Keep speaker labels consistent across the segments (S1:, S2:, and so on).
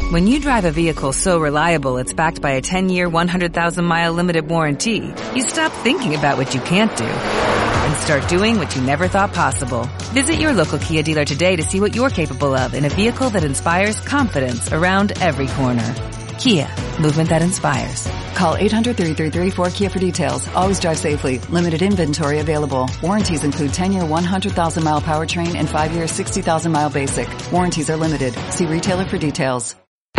S1: When you drive a vehicle so reliable it's backed by a 10-year, 100,000-mile limited warranty, you stop thinking about what you can't do and start doing what you never thought possible. Visit your local Kia dealer today to see what you're capable of in a vehicle that inspires confidence around every corner. Kia, movement that inspires.
S2: Call 800-3334-KIA for details. Always drive safely. Limited inventory available. Warranties include 10-year 100,000-mile powertrain and 5-year 60,000-mile basic. Warranties are limited. See retailer for details.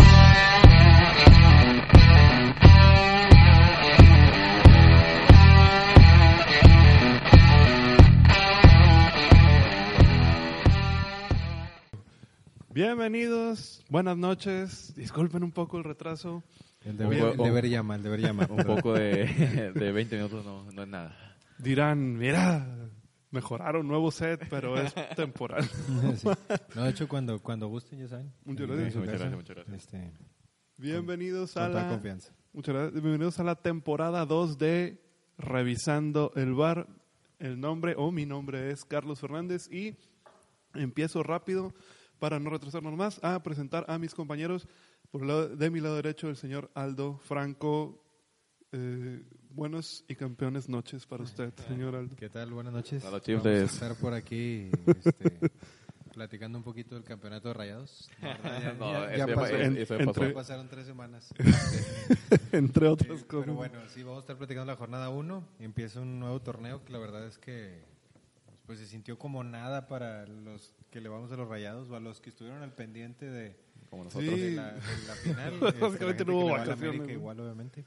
S3: Bienvenidos, buenas noches, disculpen un poco el retraso.
S4: El deber llama.
S5: Un poco de 20 minutos no es nada.
S3: Dirán, mira, mejoraron, nuevo set, pero es temporal.
S4: Sí. No, de hecho, cuando gusten, ya saben.
S3: Muchas
S5: gracias.
S3: Bienvenidos
S4: con toda confianza.
S3: Muchas gracias. Bienvenidos a la temporada 2 de Revisando el Bar. Mi nombre es Carlos Fernández y empiezo rápido para no retrasarnos más, a presentar a mis compañeros. De mi lado derecho, el señor Aldo Franco. Buenas y campeones noches para usted, señor Aldo.
S4: ¿Qué tal? Buenas noches.
S5: Vamos
S4: a estar por aquí platicando un poquito del campeonato de Rayados. Pasaron 3 semanas.
S3: Entre otras cosas.
S4: Pero bueno, sí, vamos a estar platicando la jornada 1. Empieza un nuevo torneo que la verdad es que pues se sintió como nada para los que le vamos a los Rayados o a los que estuvieron al pendiente de,
S5: como nosotros,
S4: de la final.
S3: Básicamente no hubo vacaciones.
S4: América, igual, obviamente.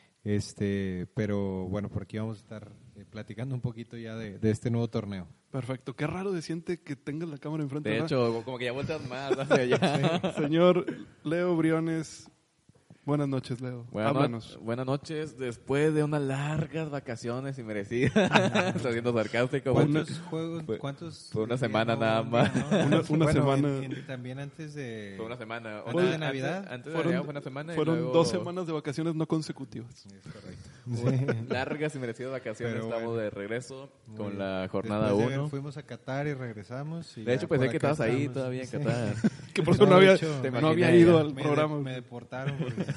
S4: Pero bueno, por aquí vamos a estar platicando un poquito ya de este nuevo torneo.
S3: Perfecto. Qué raro se siente que tengas la cámara enfrente.
S5: De hecho, como que ya vueltas más hacia allá.
S3: Sí. Señor Leo Briones. Buenas noches, Leo.
S5: Buenas noches. Después de unas largas vacaciones y merecidas. Está siendo sarcástico.
S4: ¿Cuántos juegos?
S5: Fue una semana nada más.
S3: ¿No? Una semana.
S4: También antes de...
S5: Fue una semana.
S4: Antes de Navidad.
S5: Antes de Navidad fue una semana.
S3: Fueron
S5: luego...
S3: 2 semanas de vacaciones no consecutivas.
S4: Sí, es correcto.
S5: Sí. Largas y merecidas vacaciones.
S4: Pero
S5: estamos
S4: bueno,
S5: de regreso con la jornada 1.
S4: Fuimos a Qatar y regresamos. Y
S5: de hecho, pensé que estabas ahí todavía en Qatar.
S3: Que por eso no había ido al programa.
S4: Me deportaron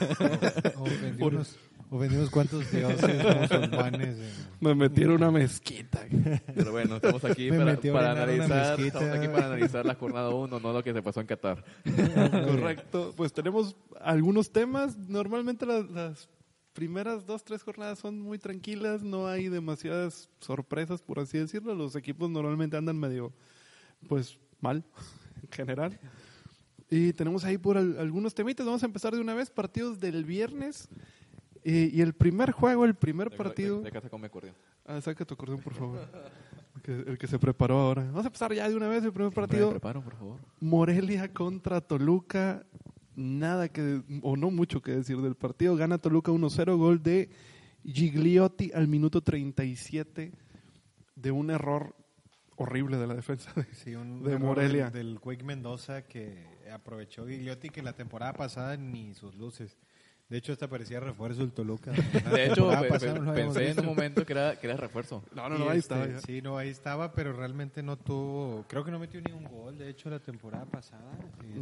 S4: porque ofendimos cuantos dioses musulmanes.
S3: Me metieron a una mezquita.
S5: Pero bueno, estamos aquí para analizar la jornada 1, no lo que se pasó en Qatar.
S3: Correcto. Pues tenemos algunos temas. Normalmente las primeras 2-3 jornadas son muy tranquilas, no hay demasiadas sorpresas, por así decirlo. Los equipos normalmente andan medio, pues, mal, en general. Y tenemos ahí por algunos temitas. Vamos a empezar de una vez, partidos del viernes. Y el primer juego, el primer partido...
S5: De casa con mi acordeón.
S3: Saca tu acordeón, por favor. El que se preparó ahora. Vamos a empezar ya de una vez el primer partido.
S5: Me preparo, por favor.
S3: Morelia contra Toluca. Nada o no mucho que decir del partido. Gana Toluca 1-0, gol de Gigliotti al minuto 37 de un error horrible de la defensa de Morelia.
S4: Del Quake Mendoza que aprovechó Gigliotti, que la temporada pasada ni sus luces. De hecho, hasta parecía refuerzo el Toluca.
S5: De hecho, pensé en un momento que era refuerzo.
S3: No, ahí estaba.
S4: Sí, ahí estaba, pero realmente no tuvo... Creo que no metió ni un gol, de hecho, la temporada pasada.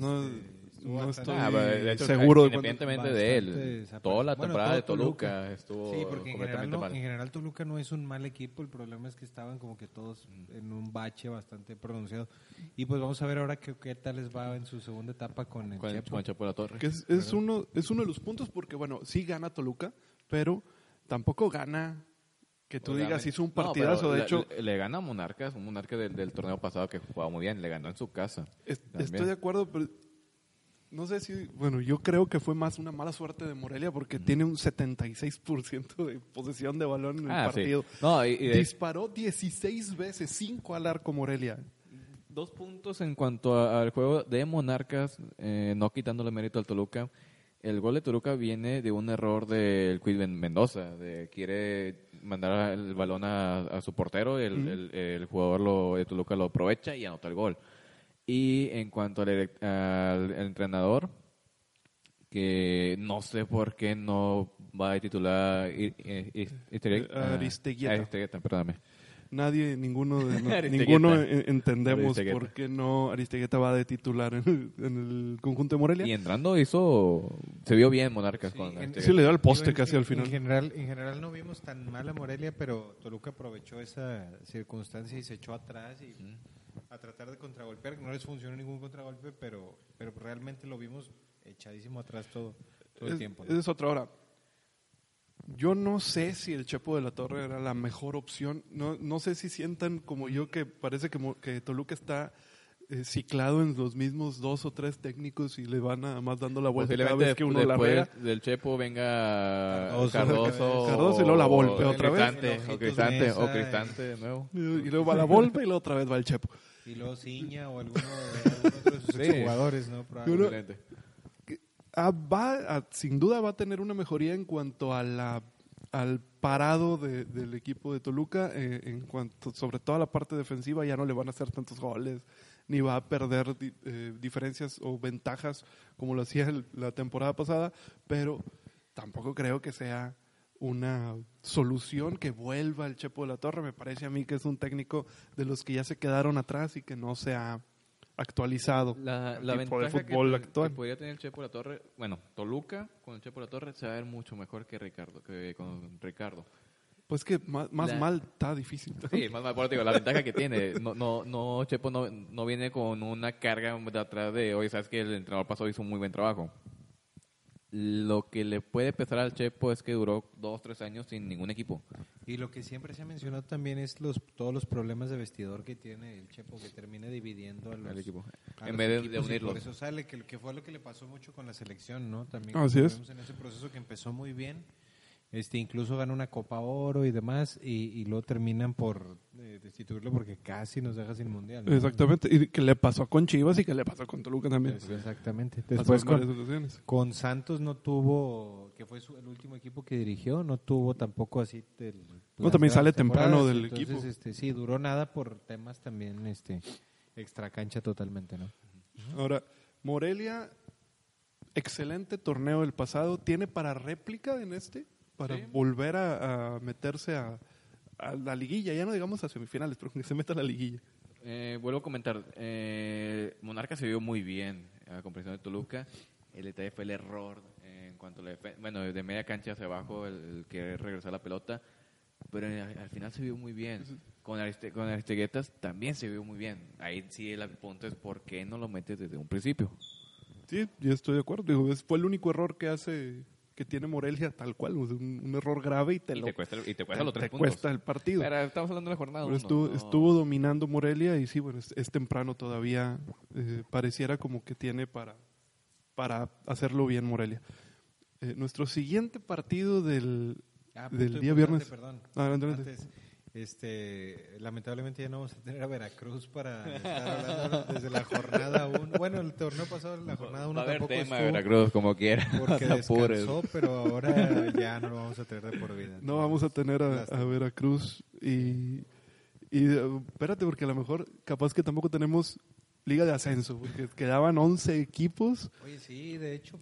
S3: No estoy
S5: de hecho,
S3: seguro.
S5: Independientemente de él, toda la temporada de Toluca estuvo
S4: sí, porque
S5: completamente mal.
S4: En general Toluca no es un mal equipo, el problema es que estaban como que todos en un bache bastante pronunciado. Y pues vamos a ver ahora qué tal les va en su segunda etapa con el
S5: Chepo La Torre.
S3: Que es uno de los puntos porque, bueno, sí gana Toluca, pero tampoco gana... Que tú digas, hizo un partidazo, de hecho...
S5: Le gana a Monarcas, un Monarca del torneo pasado que jugaba muy bien, le ganó en su casa.
S3: Estoy de acuerdo, pero no sé si... Bueno, yo creo que fue más una mala suerte de Morelia porque tiene un 76% de posesión de balón en el partido.
S5: Sí. No,
S3: disparó 16 veces, 5 al arco Morelia.
S5: 2 puntos en cuanto al juego de Monarcas, no quitándole mérito al Toluca. El gol de Toluca viene de un error del Quake Mendoza, quiere mandar el balón a su portero, el jugador de Toluca lo aprovecha y anota el gol. Y en cuanto al entrenador, que no sé por qué no va a titular Aristeguieta, perdóname.
S3: nadie, ninguno
S5: Aristeguieta.
S3: entendemos
S5: Aristeguieta.
S3: por qué no Aristeguieta va de titular en el conjunto de Morelia.
S5: Y entrando se vio bien Monarcas con
S3: Sí, le dio al poste
S4: Digo,
S3: casi al final.
S4: En general no vimos tan mal a Morelia, pero Toluca aprovechó esa circunstancia y se echó atrás y a tratar de contragolpear. No les funcionó ningún contragolpe, pero realmente lo vimos echadísimo atrás todo el tiempo, ¿no?
S3: Esa es otra hora. Yo no sé si el Chepo de la Torre era la mejor opción. No sé si sientan como yo que parece que Toluca está ciclado en los mismos 2 o 3 técnicos y le van nada más dando la vuelta cada vez que uno la rega.
S5: Después del Chepo venga
S3: Cardoso y luego la Volpe otra vez.
S5: O Cristante de nuevo.
S3: Y luego va la Volpe y luego otra vez va el Chepo.
S4: Y luego Ciña o alguno de sus jugadores, ¿no?
S5: Excelente.
S3: Sin duda va a tener una mejoría en cuanto a al parado del equipo de Toluca, en cuanto sobre todo a la parte defensiva. Ya no le van a hacer tantos goles, ni va a perder diferencias o ventajas como lo hacía la temporada pasada, pero tampoco creo que sea una solución que vuelva el Chepo de la Torre. Me parece a mí que es un técnico de los que ya se quedaron atrás y que no se ha actualizado
S5: La
S3: al tipo de
S5: ventaja
S3: fútbol
S5: que
S3: actual.
S5: podría tener el Chepo de la Torre, bueno, Toluca con el Chepo de la Torre se va a ver mucho mejor que con Ricardo.
S3: Pues que más mal está difícil.
S5: Sí, más por digo, la ventaja que tiene, Chepo no viene con una carga de atrás de, oye, sabes que el entrenador pasado hizo un muy buen trabajo. Lo que le puede pesar al Chepo es que duró 2-3 años sin ningún equipo.
S4: Y lo que siempre se ha mencionado también es todos los problemas de vestidor que tiene el Chepo, que termina dividiendo al
S5: equipo.
S4: a
S5: En
S4: los
S5: vez de
S4: equipos, y
S5: unirlos.
S4: por eso sale que fue lo que le pasó mucho con la selección, ¿no? También
S3: Así es.
S4: vemos en ese proceso que empezó muy bien, incluso ganó una Copa Oro y demás, y luego terminan por destituirlo porque casi nos deja sin mundial, ¿no?
S3: Exactamente. Y que le pasó con Chivas y que le pasó con Toluca también.
S4: Exactamente.
S3: Pasó
S4: Después
S3: en varias ocasiones.
S4: con Santos no tuvo, que fue el último equipo que dirigió, no tuvo tampoco así
S3: también sale temprano
S4: temporadas,
S3: del
S4: entonces,
S3: equipo.
S4: sí, duró nada por temas también extra cancha totalmente, ¿no?
S3: Ahora, Morelia, excelente torneo del pasado. ¿Tiene para réplica en para volver a meterse a la liguilla? Ya no digamos a semifinales, pero que se meta a la liguilla.
S5: Vuelvo a comentar, Monarca se vio muy bien a comparación de Toluca. El detalle fue el error en cuanto a la defensa, de media cancha hacia abajo, el que regresar la pelota, pero al final se vio muy bien. Con Aristeguietas también se vio muy bien. Ahí sí el punto es por qué no lo metes desde un principio.
S3: Sí, yo estoy de acuerdo. Digo, fue el único error que tiene Morelia tal cual, un error grave y te
S5: cuesta los 3 puntos.
S3: Cuesta el partido.
S5: Pero estamos hablando de la jornada 1.
S3: Estuvo dominando Morelia y sí, bueno, es temprano todavía. Pareciera como que tiene para hacerlo bien Morelia. Nuestro siguiente partido del día viernes.
S4: Perdón.
S3: Adelante.
S4: Antes, lamentablemente ya no vamos a tener a Veracruz para estar hablando desde la jornada 1. Bueno, el torneo pasado, la jornada 1 tampoco
S5: tema
S4: estuvo,
S5: de Veracruz, como quiera.
S4: porque descansó, pero ahora ya no lo vamos a tener de por vida.
S3: No vamos a tener a Veracruz y espérate, porque a lo mejor capaz que tampoco tenemos Liga de Ascenso, porque quedaban 11 equipos.
S4: Oye, sí, de hecho,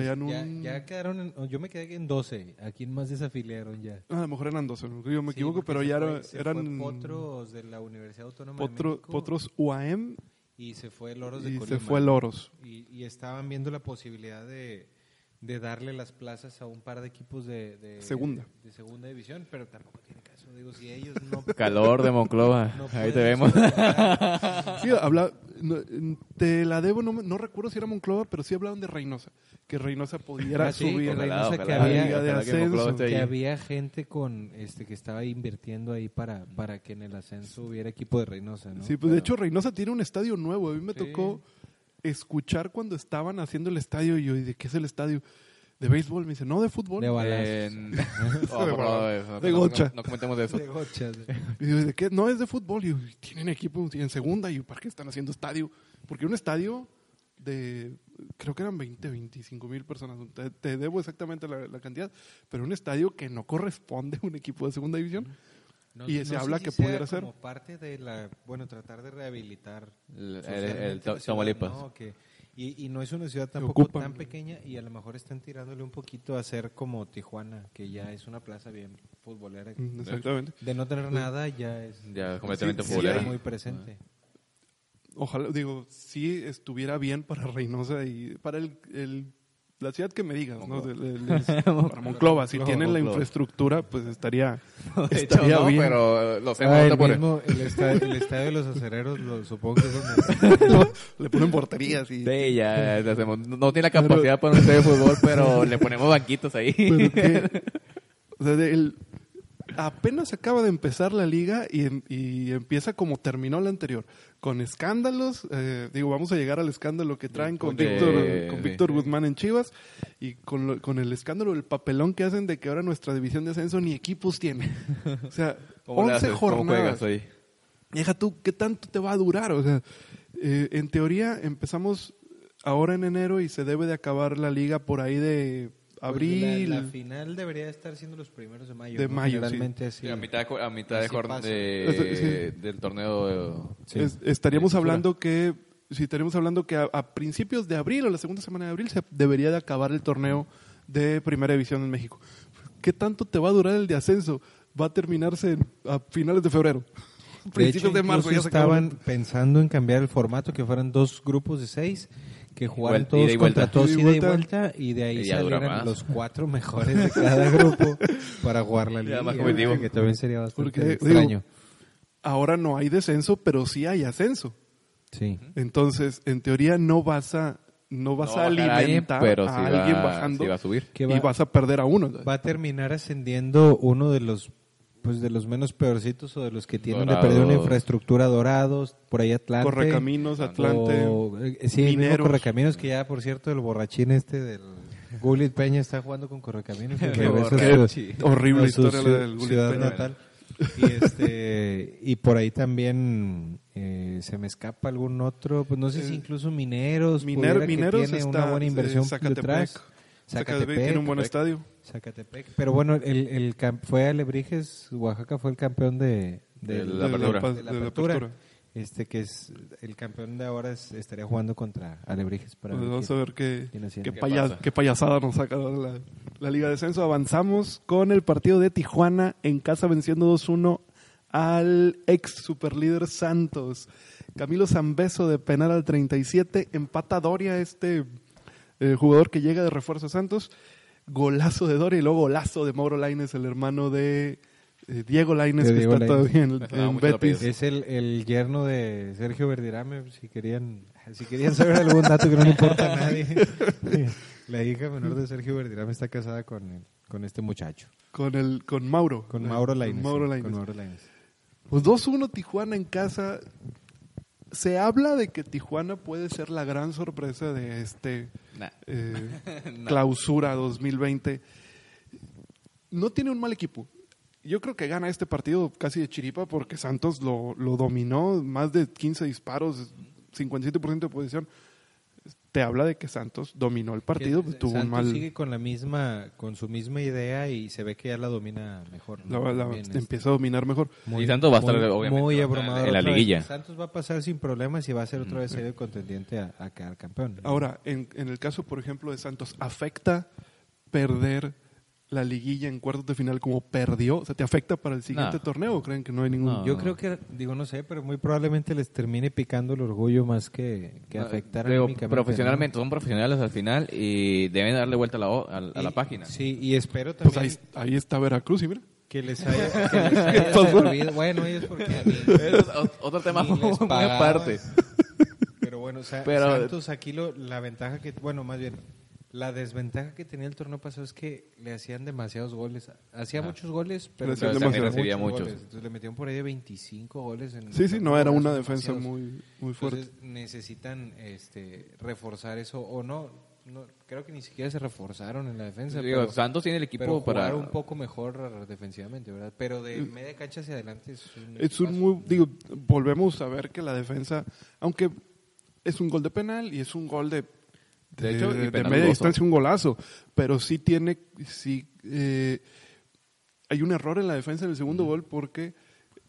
S4: ya quedaron, yo me quedé en 12. ¿A quién más desafiliaron ya?
S3: A lo mejor eran 12, yo me equivoco,
S4: porque
S3: pero ya
S4: eran Potros de la Universidad Autónoma de México.
S3: Potros UAM
S4: y se fue Loros de Colima.
S3: se fue Loros.
S4: Y estaban viendo la posibilidad de darle las plazas a un par de equipos de segunda división, pero tampoco tiene caso. Digo, si ellos no...
S5: Calor de Monclova, ahí te vemos.
S3: Sí, te la debo, no recuerdo si era Monclova, pero sí hablaban de Reynosa, que Reynosa pudiera subir a
S4: Reynosa,
S3: que había Liga de Ascenso.
S4: Que había gente que estaba invirtiendo ahí para que en el ascenso hubiera equipo de Reynosa, ¿no?
S3: Sí, pues de hecho Reynosa tiene un estadio nuevo. A mí me tocó escuchar cuando estaban haciendo el estadio y yo, ¿y de qué es el estadio? ¿De béisbol? Me dice, no, de fútbol.
S4: De balazos.
S3: De gocha.
S5: No comentemos de eso.
S4: De gochas.
S3: Y yo, ¿de qué? No, es de fútbol. Y yo, tienen equipo en segunda. Y yo, ¿para qué están haciendo estadio? Porque un estadio creo que eran 25 mil personas. Te debo exactamente la cantidad. Pero un estadio que no corresponde a un equipo de segunda división. Y se habla que pudiera ser
S4: como parte de tratar de rehabilitar
S5: el Tamaulipas.
S4: ¿no? Y no es una ciudad
S3: Se
S4: tampoco
S3: ocupan.
S4: tan pequeña y a lo mejor están tirándole un poquito a ser como Tijuana, que ya es una plaza bien futbolera.
S3: Exactamente.
S4: De no tener nada ya es
S5: Ya completamente
S3: Sí,
S5: futbolera.
S3: hay-
S4: muy presente.
S3: Ojalá, digo, si estuviera bien para Reynosa y para la ciudad que me digas, ¿no? Para Monclova. Si tienen la
S5: Monclova.
S3: infraestructura, pues estaría
S5: De hecho, no,
S3: bien.
S5: pero lo sé.
S4: El,
S5: por-
S4: mismo, el estadio de los acereros, supongo que es donde...
S3: Le ponen porterías y...
S5: Sí, ya hacemos. No tiene la capacidad para un estadio de fútbol, pero le ponemos banquitos ahí.
S3: Pero que, o sea, apenas acaba de empezar la liga y empieza como terminó la anterior, con escándalos. Vamos a llegar al escándalo que traen con Víctor Guzmán en Chivas y con el escándalo del papelón que hacen de que ahora nuestra división de ascenso ni equipos tiene. O sea,
S5: ¿Cómo le
S3: 11
S5: haces? ¿Cómo
S3: jornadas.
S5: juegas ahí?
S3: Deja tú, ¿qué tanto te va a durar? O sea, en teoría empezamos ahora en enero y se debe de acabar la liga por ahí de abril.
S4: La final debería estar siendo los primeros de mayo.
S3: De
S4: ¿no?
S3: mayo,
S4: Generalmente
S5: Sí,
S4: así.
S5: a mitad de
S4: Así pasa.
S5: del torneo.
S4: Sí.
S3: Estaríamos
S5: de
S3: hablando que a principios de abril o la segunda semana de abril se debería de acabar el torneo de Primera División en México. ¿Qué tanto te va a durar el de ascenso? Va a terminarse a finales de febrero.
S4: De
S3: Principios
S4: hecho,
S3: de marzo ya
S4: incluso
S3: se acabó.
S4: estaban pensando en cambiar el formato, que fueran 2 grupos de 6, que jugaran
S5: Ida
S4: todos
S5: y
S4: contra
S5: vuelta.
S4: todos
S3: Ida y
S4: ida y
S3: vuelta.
S4: vuelta, y de ahí
S5: Y ya dura
S4: salieran
S5: más.
S4: los 4 mejores de cada grupo para jugar la liga.
S5: más competitivo.
S4: Que también sería bastante
S3: Porque,
S4: extraño.
S3: Ahora no hay descenso, pero sí hay ascenso.
S4: Sí.
S3: Entonces, en teoría no vas a alimentar
S5: pero
S3: a alguien bajando
S5: sí va a subir.
S4: Que
S3: y vas a perder a uno.
S4: Va a terminar ascendiendo uno de los menos peorcitos o de los que tienen de
S5: Dorados.
S4: perder una infraestructura. Dorados, por ahí Atlante.
S3: Correcaminos, Atlante,
S4: Sí, el mismo
S3: Mineros.
S4: Correcaminos, que ya, por cierto, el borrachín del Gullit Peña está jugando con Correcaminos. que regresa a
S3: Qué
S4: su-
S3: horrible
S4: a su
S3: historia la del Gullit
S4: ciudad
S3: Peña.
S4: natal. Y por ahí también se me escapa algún otro, pues no sé si incluso Mineros, pudiera que
S3: Mineros
S4: tiene
S3: está
S4: una buena inversión
S3: Zacatepec.
S4: detrás.
S3: Zacatepec tiene un buen estadio.
S4: Zacatepec. Pero bueno, fue Alebrijes, Oaxaca fue el campeón de
S5: la apertura.
S3: de la apertura.
S4: Que es el campeón de ahora estaría jugando contra Alebrijes para
S3: Pues
S4: ver
S3: vamos a ver qué
S4: quién así.
S5: pasa?
S3: qué payasada nos saca la Liga de Descenso. Avanzamos con el partido de Tijuana en casa venciendo 2-1 al ex superlíder Santos. Camilo Zambeso de penal al 37, empata Doria, jugador que llega de refuerzo a Santos. Golazo de Doria y luego golazo de Mauro Lainez, el hermano de Diego Lainez,
S4: De
S3: que
S4: Diego
S3: está
S4: Lainez.
S3: todavía en
S5: mucho
S3: Betis.
S4: Es el yerno de Sergio Verdirame, si querían saber algún dato que no le importa a nadie. La hija menor de Sergio Verdirame está casada con este muchacho,
S3: Con Mauro.
S4: con Mauro Lainez.
S3: Con Mauro
S4: sí,
S3: Lainez.
S4: con Mauro Lainez.
S3: Pues 2-1 Tijuana en casa. Se habla de que Tijuana puede ser la gran sorpresa de
S5: Nah.
S3: clausura 2020. No tiene un mal equipo. Yo creo que gana este partido casi de chiripa porque Santos lo dominó, más de 15 disparos, 57% de posición. Te habla de que Santos dominó el partido, pues, tuvo un
S4: Santos
S3: mal...
S4: sigue con su misma idea y se ve que ya la domina mejor, ¿no? También
S3: empieza a dominar mejor.
S5: Y Santos va a estar, obviamente,
S4: muy
S5: va a estar
S4: abrumador
S5: en la
S4: otra vez.
S5: liguilla.
S4: Santos va a pasar sin problemas y va a ser otra vez serio contendiente a quedar campeón.
S3: Ahora, en el caso, por ejemplo, de Santos, ¿afecta perder la liguilla en cuartos de final como perdió? O sea, ¿te afecta para el siguiente
S5: No.
S3: torneo o creen que no hay ningún...?
S5: No.
S4: Yo creo que, no sé, pero muy probablemente les termine picando el orgullo más que afectar
S5: Digo,
S4: anímicamente,
S5: profesionalmente, son profesionales al final y deben darle vuelta a la página.
S4: Sí, y espero
S3: Pues
S4: también
S3: ahí está Veracruz, y mira.
S4: que les haya servido. Bueno, ellos porque a mí
S5: Eso es otro tema
S4: ni les
S5: muy
S4: pagaban.
S5: aparte.
S4: Pero bueno,
S5: Pero-
S4: Santos aquí la ventaja más bien, la desventaja que tenía el torneo pasado es que le hacían demasiados goles. Hacía muchos goles, pero
S3: Le hacían
S4: le
S3: demasiado.
S5: Recibía muchos.
S4: goles. Entonces le metieron por ahí de 25 goles.
S3: Sí, no, era una defensa
S4: demasiados.
S3: muy fuerte.
S4: Entonces necesitan reforzar eso o no, creo que ni siquiera se reforzaron en la defensa.
S5: Digo, Santos tiene el
S4: pero
S5: equipo
S4: jugar
S5: para...
S4: un poco mejor defensivamente, ¿verdad? Pero de media cancha hacia adelante es un
S3: Es un muy... Digo, volvemos a ver que la defensa, aunque es un gol de penal y es un gol de
S5: hecho, y
S3: de
S5: penal
S3: media
S5: dudoso.
S3: distancia, un golazo, pero sí hay un error en la defensa en el segundo gol porque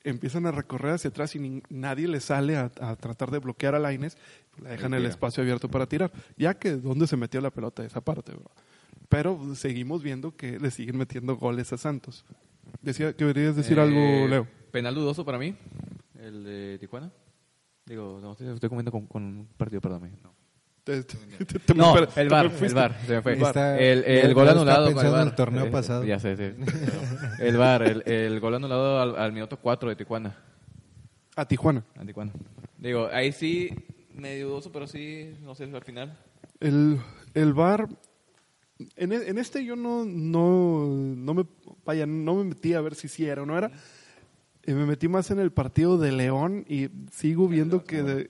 S3: empiezan a recorrer hacia atrás y nadie le sale a tratar de bloquear a Lainez, le dejan el espacio abierto para tirar. Ya que dónde se metió la pelota de esa parte, bro. Pero seguimos viendo que le siguen metiendo goles a Santos. ¿Querías decir algo, Leo?
S5: Penal dudoso para mí, el de Tijuana. Digo, no, estoy comiendo con un partido, perdóname. No, el VAR, se me fue. El gol anulado con el VAR.
S4: El torneo pasado.
S5: Ya sé, sí. El VAR, el gol anulado al minuto 4 de Tijuana.
S3: A Tijuana.
S5: Digo, ahí sí, medio dudoso, pero sí, no sé, al final.
S3: El VAR, en este yo no me metí a ver si sí era o no era. Me metí más en el partido de León y sigo viendo que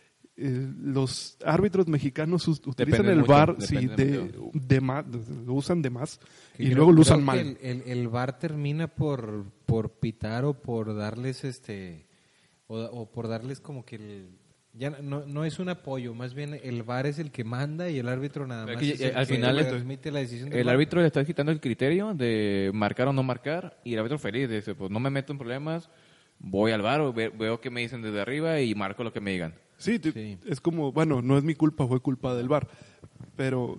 S3: los árbitros mexicanos utilizan el VAR de más, lo usan de más y luego lo usan mal.
S4: El VAR termina por pitar o por darles o por darles como que ya no es un apoyo, más bien el VAR es el que manda y el árbitro nada más es el
S5: al
S4: que
S5: final
S4: transmite la decisión.
S5: El árbitro le está quitando el criterio de marcar o no marcar y el árbitro feliz dice, pues no me meto en problemas, voy al VAR, veo que me dicen desde arriba y marco lo que me digan.
S3: Sí, es como, bueno, no es mi culpa, fue culpa del VAR, pero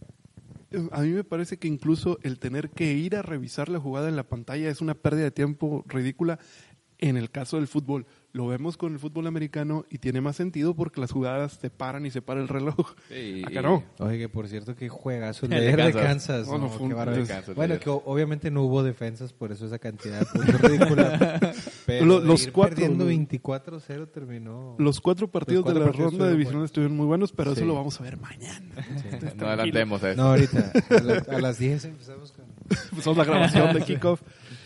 S3: a mí me parece que incluso el tener que ir a revisar la jugada en la pantalla es una pérdida de tiempo ridícula en el caso del fútbol. Lo vemos con el fútbol americano y tiene más sentido porque las jugadas te paran y se para el reloj.
S5: Sí,
S3: acá no.
S4: Oye, que por cierto, qué juegazo el de Kansas.
S3: No, fue
S4: qué bárbaro.
S5: Kansas,
S4: bueno, que obviamente no hubo defensas, por eso esa cantidad de puntos ridícula. Pero
S3: los
S4: ir
S3: cuatro,
S4: perdiendo 24-0 terminó.
S3: Los 4 partidos de la ronda de divisional estuvieron muy buenos, pero eso
S4: Sí.
S3: lo vamos a ver mañana.
S5: No adelantemos eso.
S4: No, ahorita. A las 10 empezamos con...
S3: Empezamos la grabación de kickoff.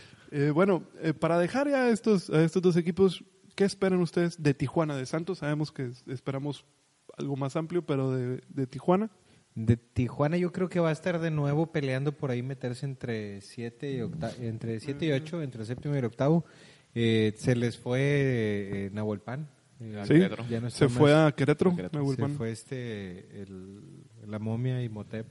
S3: Para dejar ya a estos dos equipos, ¿qué esperan ustedes de Tijuana? De Santos sabemos que esperamos algo más amplio, pero de Tijuana.
S4: De Tijuana yo creo que va a estar de nuevo peleando por ahí meterse entre 7 y 8, entre el séptimo y el octavo. Se les fue Nahuelpan.
S3: Sí,
S4: ya no
S3: se
S4: está
S3: fue
S4: más.
S3: a Querétaro.
S4: Se fue la momia y Motep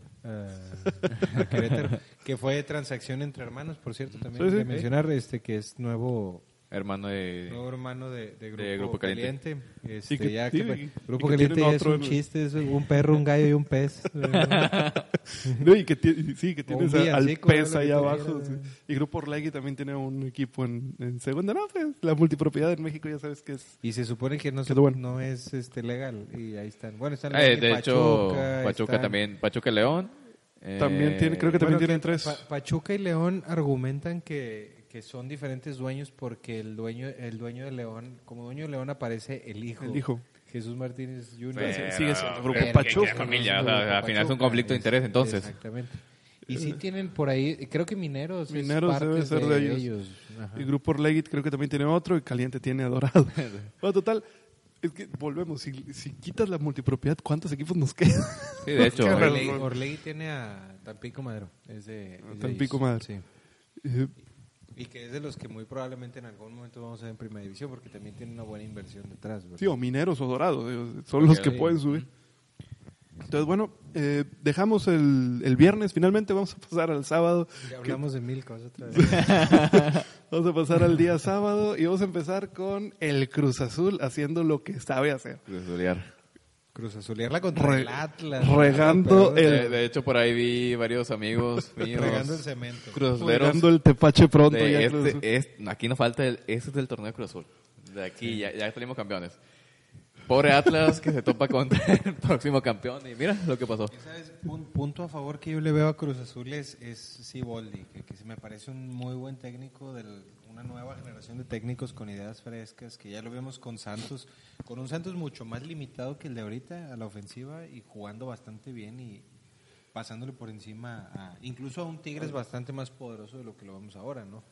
S4: a Querétaro, que fue transacción entre hermanos, por cierto, también
S3: Sí,
S4: de
S3: sí.
S4: mencionar que es nuevo
S5: Hermano de
S4: hermano de
S5: Grupo Caliente.
S3: Sí, que-
S4: ya
S3: sí,
S4: que
S3: y
S4: Grupo
S3: que
S4: Caliente
S3: tienen
S4: ya es
S3: otro
S4: un chiste, es un perro, un gallo y un pez.
S3: No, y que tienes
S4: Un
S3: al
S4: villancico,
S3: PES
S4: lo que
S3: ahí
S4: tú
S3: abajo.
S4: quieras,
S3: Sí. Y Grupo Orlegui también tiene un equipo en segunda. No, pues la multipropiedad en México ya sabes que es...
S4: Y se supone que
S3: Quedó bueno.
S4: no es legal. Y ahí están. Bueno, están
S5: de hecho, Pachuca
S4: están-
S5: también, Pachuca y León.
S3: También tiene, creo que también tienen 3.
S4: Pachuca y León argumentan que son diferentes dueños porque el dueño de León, como dueño de León aparece el hijo.
S3: El hijo.
S4: Jesús Martínez Jr.
S3: sigue siendo Grupo
S5: Pero,
S3: Pachuca.
S5: ¿qué familia? O
S4: Grupo
S5: sea, al final es un
S4: Pachuca,
S5: conflicto de interés, entonces.
S4: Exactamente. Y sí tienen por ahí, creo que Mineros
S3: Mineros
S4: es parte
S3: debe ser de ellos.
S4: Ajá.
S3: Y Grupo Orlegui creo que también tiene otro. Y Caliente tiene a Dorado. Bueno, total, es que volvemos. Si quitas la multipropiedad, ¿cuántos equipos nos quedan?
S5: Sí, de hecho.
S4: Orlegui tiene a Tampico Madero. Es de
S3: Tampico
S4: ellos.
S3: Madero.
S4: Sí.
S3: Eh,
S4: Y que es de los que muy probablemente en algún momento vamos a ver en Primera División porque también tiene una buena inversión detrás. ¿verdad?
S3: Sí, o Mineros o Dorados, son los que
S4: Sí.
S3: pueden subir. Entonces, bueno, dejamos el viernes, finalmente vamos a pasar al sábado.
S4: Ya hablamos de 1000 cosas otra vez.
S3: Vamos a pasar al día sábado y vamos a empezar con el Cruz Azul haciendo lo que sabe hacer.
S4: Cruz Azulearla contra el Atlas.
S3: regando
S4: Pero-
S3: el-
S5: De hecho, por ahí vi varios amigos míos.
S4: regando el cemento.
S5: Cruzazuleros.
S3: Regando el tepache pronto.
S5: de
S3: ya Cruz Azul.
S5: aquí nos falta ese es del torneo de Cruz Azul. De aquí ya salimos campeones. Pobre Atlas que se topa contra el próximo campeón y mira lo que pasó.
S4: ¿Sabes? Un punto a favor que yo le veo a Cruz Azul es Siboldi, que me parece un muy buen técnico de una nueva generación de técnicos con ideas frescas, que ya lo vemos con Santos, con un Santos mucho más limitado que el de ahorita a la ofensiva y jugando bastante bien y pasándole por encima incluso a un Tigres bastante más poderoso de lo que lo vemos ahora, ¿no?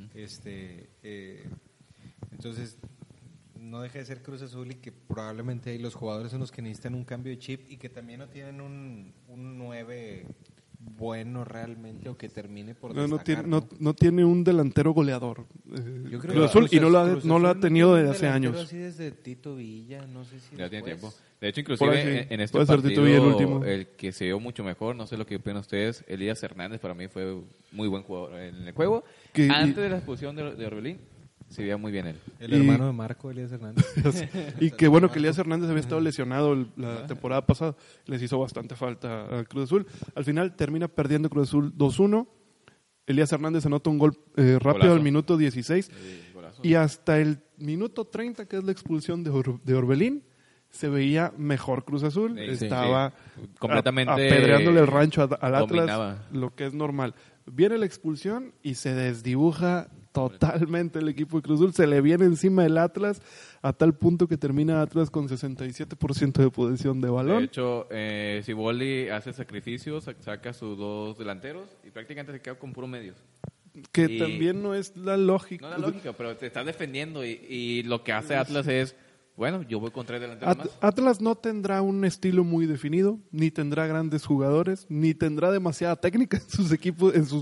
S4: Entonces no deja de ser Cruz Azul y que probablemente ahí los jugadores son los que necesitan un cambio de chip y que también no tienen un 9 bueno realmente o que termine por destacar.
S3: No tiene un delantero goleador.
S4: Yo creo
S3: Cruz Azul, y no lo ha
S4: Cruz Azul
S3: tenido
S4: tiene
S3: desde
S4: un
S3: hace
S4: delantero
S3: años.
S4: Así desde Tito Villa, no sé si
S5: Ya tiene
S4: después.
S5: tiempo. De hecho,
S3: Por ahí
S5: inclusive
S3: sí.
S5: en este
S3: Puede ser
S5: partido,
S3: Tito Villa el último.
S5: el que se dio mucho mejor, no sé lo que opinan ustedes, Elías Hernández para mí fue muy buen jugador en el juego.
S3: Que-
S5: Antes de la expulsión de Orbelín, se veía muy bien él.
S4: El hermano de Marco, Elías Hernández.
S3: Y que bueno que Elías Hernández había estado lesionado la temporada pasada. Les hizo bastante falta a Cruz Azul. Al final termina perdiendo Cruz Azul 2-1. Elías Hernández anota un gol rápido
S5: Golazo.
S3: al minuto 16.
S5: Golazo.
S3: Y hasta el minuto 30, que es la expulsión de Orbelín, se veía mejor Cruz Azul.
S5: Sí,
S3: Estaba
S5: sí. Completamente
S3: apedreándole el rancho al Atlas,
S5: dominaba.
S3: lo que es normal. Viene la expulsión y se desdibuja totalmente el equipo de Cruz Azul. Se le viene encima el Atlas a tal punto que termina Atlas con 67% de posesión de balón.
S5: De hecho, Siboldi hace sacrificios, saca sus 2 delanteros y prácticamente se queda con puro medios.
S3: Que
S5: y-
S3: también no es la lógica.
S5: No es la lógica, pero te estás defendiendo y lo que hace Atlas es, bueno, yo voy con 3 delanteros más.
S3: Atlas no tendrá un estilo muy definido, ni tendrá grandes jugadores, ni tendrá demasiada técnica en sus equipos, en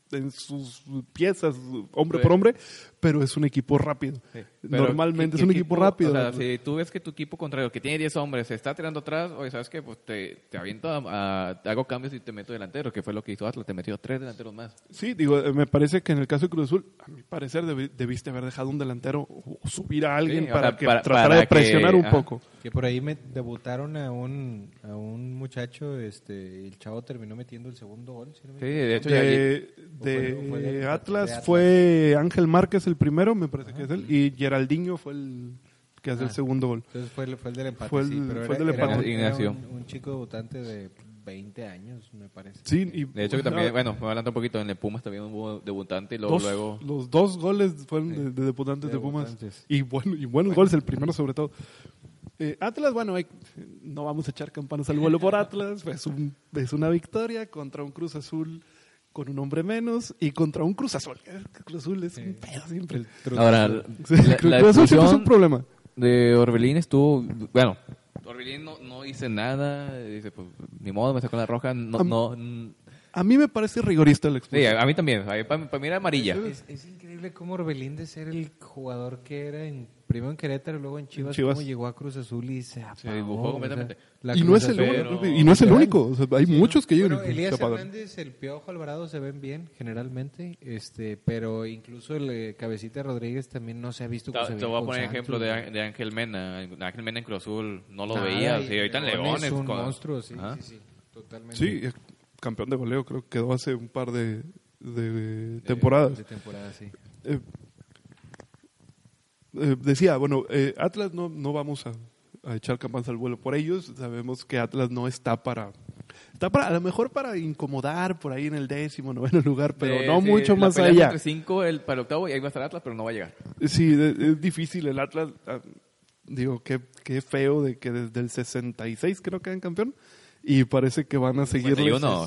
S3: sus piezas, hombre por hombre, pero es un equipo rápido.
S5: Sí. Pero,
S3: Normalmente
S5: ¿qué
S3: es un equipo rápido.
S5: O sea, si tú ves que tu equipo contrario, que tiene 10 hombres, se está tirando atrás, oye, ¿sabes qué? Pues te aviento te hago cambios y te meto delantero, que fue lo que hizo Atlas, te metió 3 delanteros más.
S3: Sí, digo, me parece que en el caso de Cruz Azul, a mi parecer debiste haber dejado un delantero o subir a alguien
S5: Sí, o
S3: para
S5: sea,
S3: que
S5: para
S3: tratara de
S5: que-
S3: presionar un
S5: ajá.
S3: poco.
S4: Que por ahí debutaron a un muchacho, y el chavo terminó metiendo el segundo gol. ¿Sí?
S5: Sí, de hecho, ya
S3: De
S4: fue de
S3: Atlas
S4: Atlas.
S3: fue Ángel Márquez el primero, me parece que es él, y Geraldinho fue el que hace el segundo gol.
S4: Entonces fue el del empate,
S3: Fue el-
S4: sí, pero
S3: fue el
S4: era,
S3: del
S4: era
S3: empate.
S4: un-
S5: Ignacio.
S4: era un chico debutante de 20 años, me parece.
S3: Sí, y
S5: de hecho, que también, bueno, me adelanto un poquito, en el Pumas también hubo debutante y luego...
S3: los 2 goles fueron de debutantes de Pumas.
S4: Debutantes.
S3: Y buenos goles, el primero sobre todo. Atlas, bueno, no vamos a echar campanas al vuelo por Atlas. Es una victoria contra un Cruz Azul con un hombre menos y contra un Cruz Azul. Cruz Azul es un pedo siempre.
S5: Ahora,
S3: Sí,
S5: la
S3: Cruz Azul siempre es un
S5: expulsión
S3: problema.
S5: de Orbelín estuvo, bueno, Orbelín no hice nada, dice, pues, ni modo, me sacó la roja,
S3: A mí me parece rigorista la
S5: sí,
S3: expulsión.
S5: a mí también, para mí era amarilla.
S4: Es increíble cómo Orbelín, de ser el jugador que era primero en Querétaro y luego en Chivas,
S3: Chivas.
S4: cómo llegó a Cruz Azul y se apagó.
S5: dibujó completamente.
S4: la
S3: Y no
S4: Cruz
S3: es el
S4: Azul-
S3: único. Y no es el único. O sea, hay muchos que llegan
S4: Bueno,
S3: y
S4: Elías
S3: se apagan.
S4: Hernández, el Piojo Alvarado se ven bien generalmente, pero incluso el Cabecita Rodríguez también no se ha visto. como se
S5: Te
S4: ve
S5: voy a
S4: con
S5: poner
S4: Santos,
S5: ejemplo
S4: güey.
S5: de Ángel Mena. Ángel Mena en Cruz Azul no lo
S4: Nada,
S5: veía.
S4: y
S5: Sí, ahorita en Leones.
S4: es un
S5: con-
S4: monstruo, sí,
S5: Ajá.
S4: sí, totalmente.
S3: Sí, es campeón de goleo, creo que quedó hace un par de temporadas.
S4: De temporada, sí.
S3: Decía, bueno, Atlas no vamos a echar campanas al vuelo por ellos. Sabemos que Atlas no está para a lo mejor para incomodar por ahí en el 10º, 9º lugar, pero no
S5: sí,
S3: mucho
S5: la
S3: más
S5: pelea
S3: allá.
S5: Entre 5 para el octavo y ahí va a estar Atlas, pero no va a llegar.
S3: Sí, es difícil el Atlas. Digo, qué feo de que desde el 66 creo que quedan campeón y parece que van a seguir
S5: 51.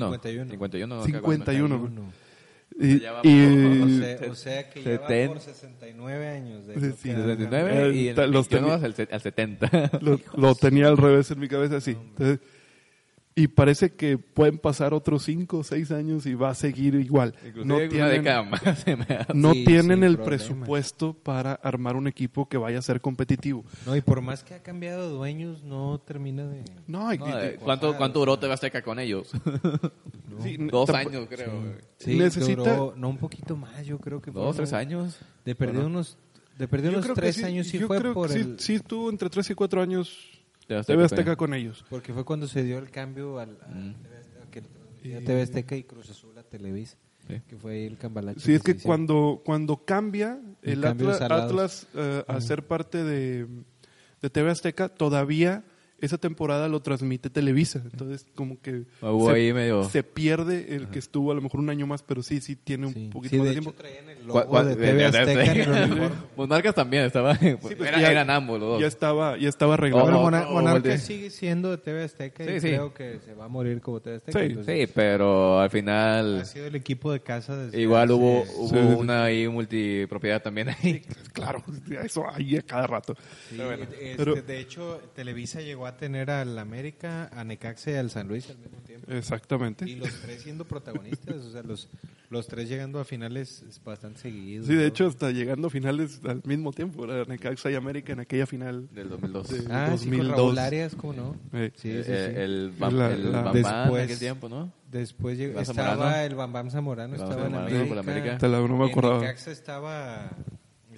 S3: 51.
S5: Ya va
S3: Y
S4: O sea que ya va
S5: 70.
S4: por 69 años. De
S3: Sí,
S4: no
S3: sí.
S4: quedar
S5: 69 y en el
S3: Los
S5: 21
S3: tenía-
S5: al 70.
S3: lo tenía al revés en mi cabeza, sí. Entonces, y parece que pueden pasar otros 5 o 6 años y va a seguir igual.
S5: Inclusive una década más. se me hace.
S3: no
S4: Sí,
S3: tienen
S4: sin
S3: el
S4: problema.
S3: presupuesto para armar un equipo que vaya a ser competitivo.
S4: No, y por más que ha cambiado de dueños, no termina de...
S3: No,
S5: No, ¿Cuánto duró TV Azteca con ellos?
S3: sí,
S5: 2
S3: tampo-
S5: años, creo.
S4: Sí,
S3: Necesita-
S4: duró, no, un poquito más, yo creo que...
S5: 2, 3 años.
S4: De perder unos... De perder
S3: Yo
S4: unos
S3: creo que
S4: 3 años sí
S3: yo
S4: fue
S3: creo
S4: por
S3: que
S4: el...
S3: sí estuvo entre 3 y 4 años
S5: TV
S3: TV
S5: Azteca
S3: Azteca con ellos.
S4: Porque fue cuando se dio el cambio al TV Azteca, que transmitía TV Azteca y Cruz Azul a Televisa.
S5: Sí.
S4: Que fue ahí el cambalache.
S3: Sí, es que
S4: se hizo.
S3: cuando cambia el
S4: cambio
S3: Atlas a ser parte de TV Azteca, todavía esa temporada lo transmite Televisa. Entonces, como que
S5: Hubo ahí medio...
S3: se pierde el que estuvo a lo mejor un año más, pero sí tiene un
S4: Sí.
S3: poquito
S4: Sí,
S3: más
S4: de
S3: de
S4: hecho
S3: tiempo.
S4: traían el logo de
S5: de
S4: TV Azteca en el uniforme.
S5: Monarcas también estaba...
S3: pues
S5: eran ambos los dos.
S3: Ya estaba arreglado.
S4: Bueno,
S5: Oh,
S4: Monarca
S5: el de-
S4: sigue siendo de TV Azteca y
S5: Sí, sí.
S4: creo que se va a morir como TV Azteca.
S3: Sí.
S4: entonces,
S5: Sí, pero al final...
S4: ha sido el equipo de casa desde
S5: Igual
S4: hace-
S5: hubo
S3: Sí.
S5: una ahí multipropiedad también ahí.
S3: Claro, eso ahí a cada rato.
S4: Sí,
S3: Pero-
S4: de hecho, Televisa llegó a tener al América, a Necaxa y al San Luis al mismo tiempo.
S3: Exactamente.
S4: Y los tres siendo protagonistas, o sea, los tres llegando a finales bastante seguidos.
S3: Sí, de
S4: ¿no?
S3: hecho, hasta llegando a finales al mismo tiempo. Era Necaxa y América en aquella final.
S5: Del 2002.
S3: Sí.
S4: Sí, con
S3: 2002.
S4: Raúl Arias, ¿cómo no?
S3: Sí.
S4: Sí, sí, sí.
S5: El
S3: La-
S5: Bam
S3: la-
S5: Bam en aquel tiempo, ¿no?
S4: Después
S5: Bam
S4: estaba
S5: Zamorano.
S4: el Bam Bam Zamorano,
S5: Bam
S4: estaba en
S5: Zamorano
S4: América.
S5: por la América.
S3: No me acordaba.
S4: En Necaxa estaba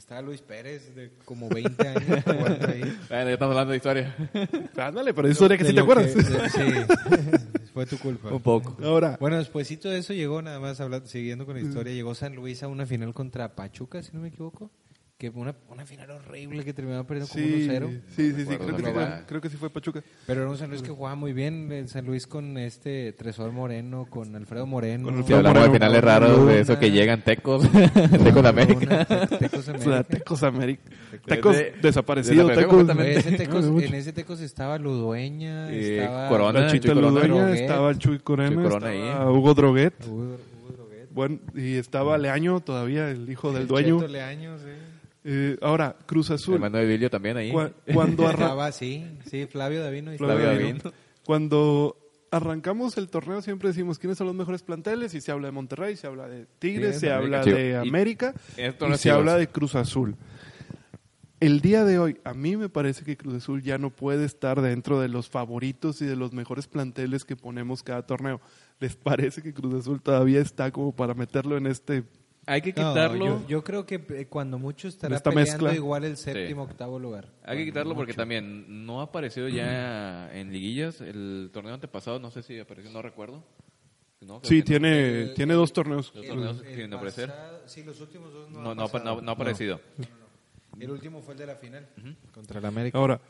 S4: Estaba Luis Pérez, de como 20 años jugando ahí.
S5: Bueno, ya estamos hablando de historia.
S3: Ándale, pero es historia que sí te acuerdas.
S4: Sí, fue tu culpa.
S5: Un poco.
S3: Ahora,
S4: Bueno, despuésito de eso llegó, nada más hablando, siguiendo con la historia, llegó San Luis a una final contra Pachuca, si no me equivoco. Que fue una final horrible que terminaba perdiendo como
S3: sí,
S4: 1-0.
S3: sí,
S5: Recuerdo,
S3: creo que sí fue Pachuca.
S4: Pero era un San Luis que jugaba muy bien. El San Luis con Tresor Moreno, con Alfredo Moreno.
S3: Con
S5: Si
S3: Alfredo
S5: hablamos de
S3: Moreno,
S5: finales raros,
S4: Luna,
S5: de eso que llegan tecos, tecos de América.
S4: Tecos
S3: O sea,
S4: América.
S3: Tecos América. Tecos desaparecidos.
S5: desapareció
S3: Tecos
S5: completamente.
S4: En ese Tecos estaba Ludueña, estaba
S5: Corona.
S3: Nachito
S5: Chuy Corona.
S3: Ludueña,
S4: Droguet.
S3: estaba el Chuy Corona,
S5: Chuy Corona
S3: estaba
S5: ahí.
S3: Hugo Droguet.
S4: Hugo Droguet.
S3: Bueno, y estaba Leaño todavía, el hijo del
S4: El
S3: dueño.
S4: Cheto Leaño, sí.
S3: Ahora, Cruz Azul.
S5: Hermano de Vilio también ahí.
S3: Cuando
S4: Estaba, sí, Flavio Davino.
S5: Flavio Davino.
S3: Cuando arrancamos el torneo siempre decimos quiénes son los mejores planteles y se habla de Monterrey, se habla de Tigres,
S5: Sí,
S3: se
S5: América,
S3: habla
S5: sí.
S3: de
S5: Y-
S3: América
S5: esto
S3: y
S5: no
S3: se
S5: es
S3: habla
S5: Chivas.
S3: de Cruz Azul. El día de hoy, a mí me parece que Cruz Azul ya no puede estar dentro de los favoritos y de los mejores planteles que ponemos cada torneo. ¿Les parece que Cruz Azul todavía está como para meterlo en este?
S5: Hay que
S4: No,
S5: quitarlo.
S4: yo creo que cuando mucho estará
S3: Esta
S4: peleando
S3: mezcla.
S4: igual el séptimo, octavo lugar.
S5: Hay que quitarlo porque
S4: Mucho.
S5: también no ha aparecido ya en liguillas. El torneo antepasado, no sé si apareció, no recuerdo. No, creo
S3: Sí,
S5: que no.
S3: tiene dos torneos.
S5: Los torneos sin aparecer.
S4: Sí, los últimos dos
S5: No ha aparecido.
S4: El último fue el de la final contra el América.
S3: Ahora,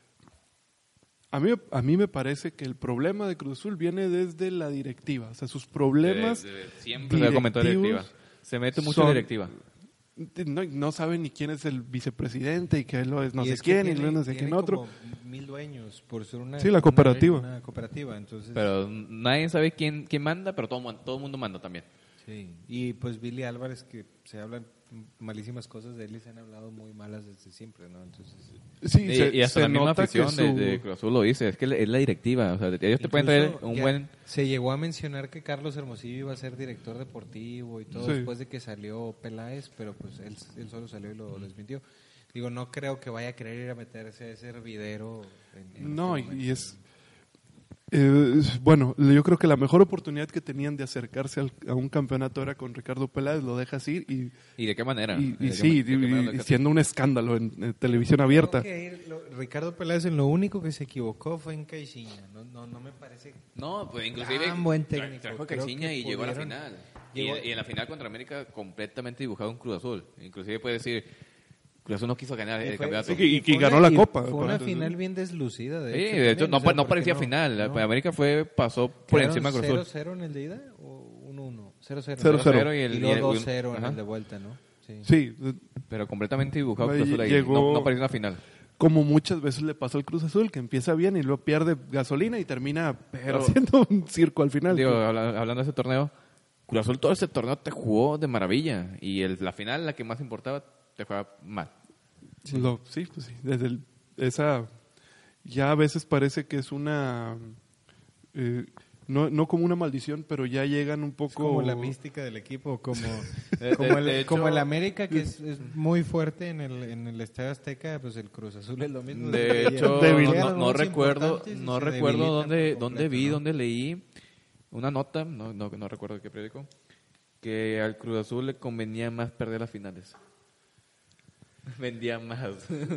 S3: a mí me parece que el problema de Cruz Azul viene desde la directiva. O sea, sus problemas
S5: Siempre se ha comentado de directiva. Se mete mucho en
S3: son-
S5: directiva.
S3: no saben ni quién es el vicepresidente y que lo es no
S4: Y
S3: sé
S4: es que
S3: quién y
S4: tiene-
S3: luego no sé
S4: tiene
S3: quién otro.
S4: como 1000 dueños por ser una
S3: Sí, la cooperativa.
S4: una cooperativa, entonces
S5: Pero nadie sabe quién manda, pero todo el mundo manda también.
S4: sí. Y pues Billy Álvarez, que se hablan malísimas cosas de él y se han hablado muy malas desde siempre, ¿no? Entonces
S3: Sí,
S5: Y hasta la misma
S3: nota que
S5: afición de Cruz Azul lo dice, es que es la directiva. O sea, ellos te pueden traer
S4: incluso
S5: un
S4: ya
S5: buen...
S4: se llegó a mencionar que Carlos Hermosillo iba a ser director deportivo y todo
S3: Sí.
S4: después de que salió Peláez, pero pues él solo salió y lo desmintió. Digo, no creo que vaya a querer ir a meterse a ese hervidero. En
S3: no,
S4: este
S3: y
S4: momento.
S3: es bueno, yo creo que la mejor oportunidad que tenían de acercarse a un campeonato era con Ricardo Peláez, lo dejas ir
S5: ¿Y de qué manera?
S3: y
S5: ¿De
S3: sí,
S5: qué manera lo
S3: y
S5: dejas ir?
S3: siendo un escándalo en televisión abierta.
S4: Creo que Ricardo Peláez en lo único que se equivocó fue en Caixinha. No me parece.
S5: No, pues inclusive
S4: Gran buen técnico.
S5: trajo a
S4: Creo
S5: Caixinha
S4: que
S5: y llegó a la
S4: pudieron-
S5: final.
S4: llegó-
S5: Y en la final contra América completamente dibujado en Cruz Azul. Inclusive puede decir, Cruz Azul no quiso ganar el campeonato.
S3: y
S4: fue
S3: ganó
S4: una-
S3: la Copa.
S4: Fue una
S3: Entonces,
S4: final bien deslucida.
S5: Sí,
S4: De hecho,
S5: de hecho
S4: también, o sea,
S5: no
S4: porque
S5: parecía final.
S4: no.
S5: América pasó por
S4: ¿Quedaron
S5: encima de Cruz Azul.
S4: 0-0 en el de ida o 1-1? 0-0.
S3: 0-0.
S5: Y
S4: Y luego 2-0 en
S5: ajá.
S4: el de vuelta, ¿no? Sí.
S3: Sí,
S5: Pero completamente dibujado Cruz Azul ahí.
S3: Llegó-
S5: No pareció una final.
S3: como muchas veces le pasó al Cruz Azul, que empieza bien y luego pierde gasolina y termina
S5: Pero-
S3: haciendo un circo al final.
S5: Digo, hablando de ese torneo, Cruz Azul todo ese torneo te jugó de maravilla. Y la final, la que más importaba, te juega mal.
S3: Sí, pues sí. Desde esa, ya a veces parece que es una, no como una maldición, pero ya llegan un poco.
S4: Es como la mística del equipo, como,
S5: De hecho-
S4: como el América, que es muy fuerte en el Estadio Azteca, pues el Cruz Azul es lo mismo.
S5: De hecho,
S3: Debil.
S5: no recuerdo
S4: importantes y
S5: no
S4: se
S5: recuerdo
S4: debilitan por
S5: dónde
S4: completo,
S5: vi,
S4: ¿no?
S5: dónde leí una nota, no recuerdo de qué periódico, que al Cruz Azul le convenía más perder las finales. Vendía más.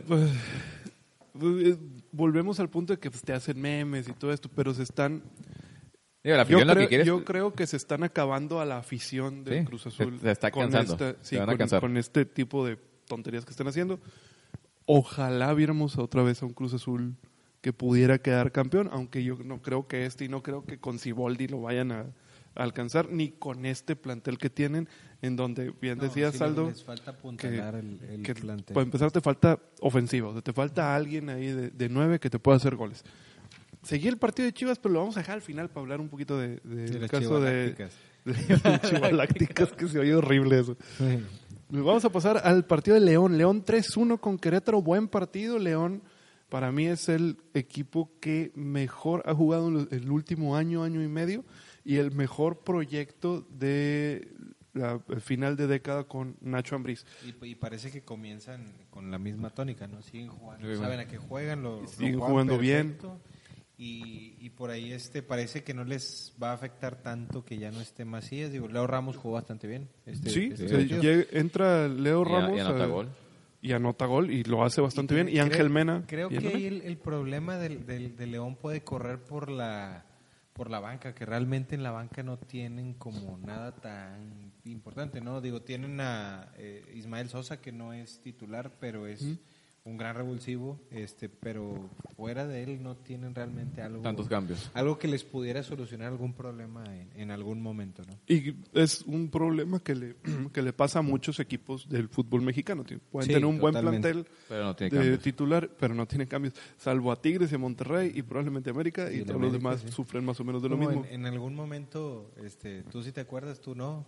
S3: Pues, volvemos al punto de que pues, te hacen memes y todo esto, pero se están.
S5: Digo, la
S3: Yo
S5: afición lo que
S3: creo,
S5: quiere es-
S3: yo creo que se están acabando a la afición del
S5: Sí,
S3: Cruz Azul.
S5: se está cansando, se van a cansar.
S3: Con este tipo de tonterías que están haciendo. Ojalá viéramos otra vez a un Cruz Azul que pudiera quedar campeón, aunque yo no creo que y no creo que con Siboldi lo vayan a alcanzar, ni con este plantel que tienen, en donde, bien
S4: No,
S3: decía
S4: sí
S3: Saldo,
S4: les falta apuntalar el
S3: que
S4: plantel.
S3: para empezar te falta ofensiva, o sea, te falta alguien ahí de 9 que te pueda hacer goles. Seguí el partido de Chivas, pero lo vamos a dejar al final para hablar un poquito del
S4: De las
S3: caso de
S4: Chivalácticas.
S3: Chivalácticas, que se oye horrible eso. Vamos a pasar al partido de León. León 3-1 con Querétaro, buen partido. León para mí es el equipo que mejor ha jugado en el último año y medio, y el mejor proyecto de la final de década con Nacho Ambriz.
S4: Y parece que comienzan con la misma tónica, ¿no? Siguen jugando,
S5: Sí,
S4: saben a qué juegan, lo
S3: siguen
S4: juegan
S3: jugando
S4: perfecto. Y por ahí parece que no les va a afectar tanto que ya no esté Macías. Digo, Leo Ramos jugó bastante bien.
S3: Sí,
S4: este
S3: o sea,
S4: partido.
S3: entra Leo Ramos
S5: y anota gol.
S3: y anota gol y lo hace bastante bien. Y Ángel Mena.
S4: Creo que ahí el problema del León puede correr por la banca, que realmente en la banca no tienen como nada tan importante, ¿no? Digo, tienen a Ismael Sosa, que no es titular, pero es un gran revulsivo, pero fuera de él no tienen realmente
S5: Tantos cambios.
S4: algo que les pudiera solucionar algún problema en algún momento, ¿no?
S3: Y es un problema que le pasa a muchos equipos del fútbol mexicano. Pueden tener un buen plantel
S5: pero no tiene
S3: de
S5: cambios.
S3: titular, pero no tienen cambios. Salvo a Tigres y a Monterrey y probablemente América, y
S4: el
S3: todos los
S4: América,
S3: demás
S4: sí.
S3: sufren más o menos de lo
S4: Como
S3: mismo.
S4: en algún momento, tú sí te acuerdas, tú no.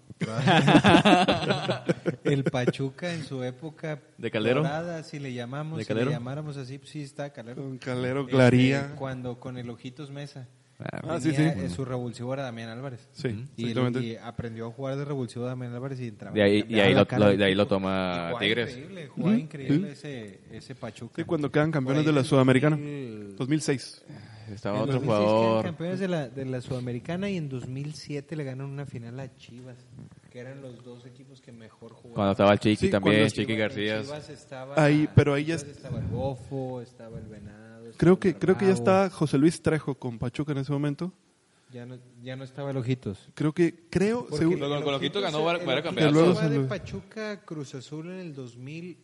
S4: El Pachuca en su época
S5: ¿De Calero?
S4: dorada, si le llamamos,
S5: ¿De
S4: si
S5: Calero?
S4: le llamáramos así, pues sí está Calero.
S3: Con Calero, Claría.
S4: Cuando con el Ojitos Mesa.
S3: Sí,
S4: Tenía,
S3: sí.
S4: Su revulsivo era Damián Álvarez.
S3: Sí,
S4: Y
S3: exactamente.
S4: aprendió a jugar de revulsivo Damián Álvarez y entraba.
S5: De ahí
S4: cambiaba la cara del
S5: lo
S4: equipo.
S5: toma
S4: Y jugaba
S5: Tigres.
S4: Increíble, jugaba increíble ese Pachuca.
S3: Sí, cuando quedan campeones
S4: Por ahí
S3: de la
S4: en
S3: Sudamericana.
S4: 2000,
S3: 2006.
S5: Estaba
S4: en
S5: otro
S4: 2006 quedan
S5: jugador.
S4: campeones de la Sudamericana y en 2007 le ganan una final a Chivas, que eran los dos equipos que mejor jugaban.
S5: Cuando estaba el Chiqui
S3: Sí,
S5: también,
S3: cuando
S5: Chiqui
S4: En
S5: García.
S4: Chivas estaba,
S3: Pero ahí ya
S4: estaba el Bofo, estaba el Venado.
S3: Creo
S4: estaba
S3: que
S4: el
S3: ya
S4: Bravo.
S3: está José Luis Trejo con Pachuca en ese momento.
S4: Ya no estaba el Ojitos.
S3: Creo,
S4: Porque
S3: según-
S5: Con
S4: el
S5: Ojitos ganó
S4: el
S5: varios
S4: Ojitos
S5: campeonatos.
S3: Luego
S4: fue
S3: se
S4: de
S3: lo-
S4: Pachuca Cruz Azul en el 2010.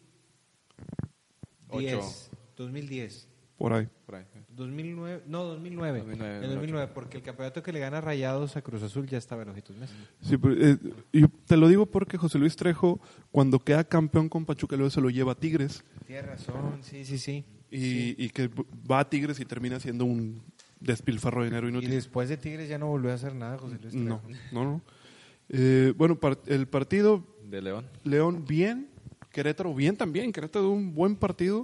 S4: 2010.
S3: por ahí.
S5: Por ahí.
S4: 2009, no, 2009.
S5: 2009,
S4: En 2009, porque el campeonato que le gana Rayados a Cruz Azul ya estaba en Ojitos Mesa.
S3: Sí, pero, yo te lo digo porque José Luis Trejo, cuando queda campeón con Pachuca, luego se lo lleva a Tigres.
S4: Tienes razón, sí.
S3: Y que va a Tigres y termina siendo un despilfarro de dinero
S4: Y
S3: inútil.
S4: después de Tigres ya no volvió a hacer nada, José Luis Trejo.
S3: No. Bueno, el partido,
S5: De León.
S3: León bien, Querétaro bien también. Querétaro un buen partido.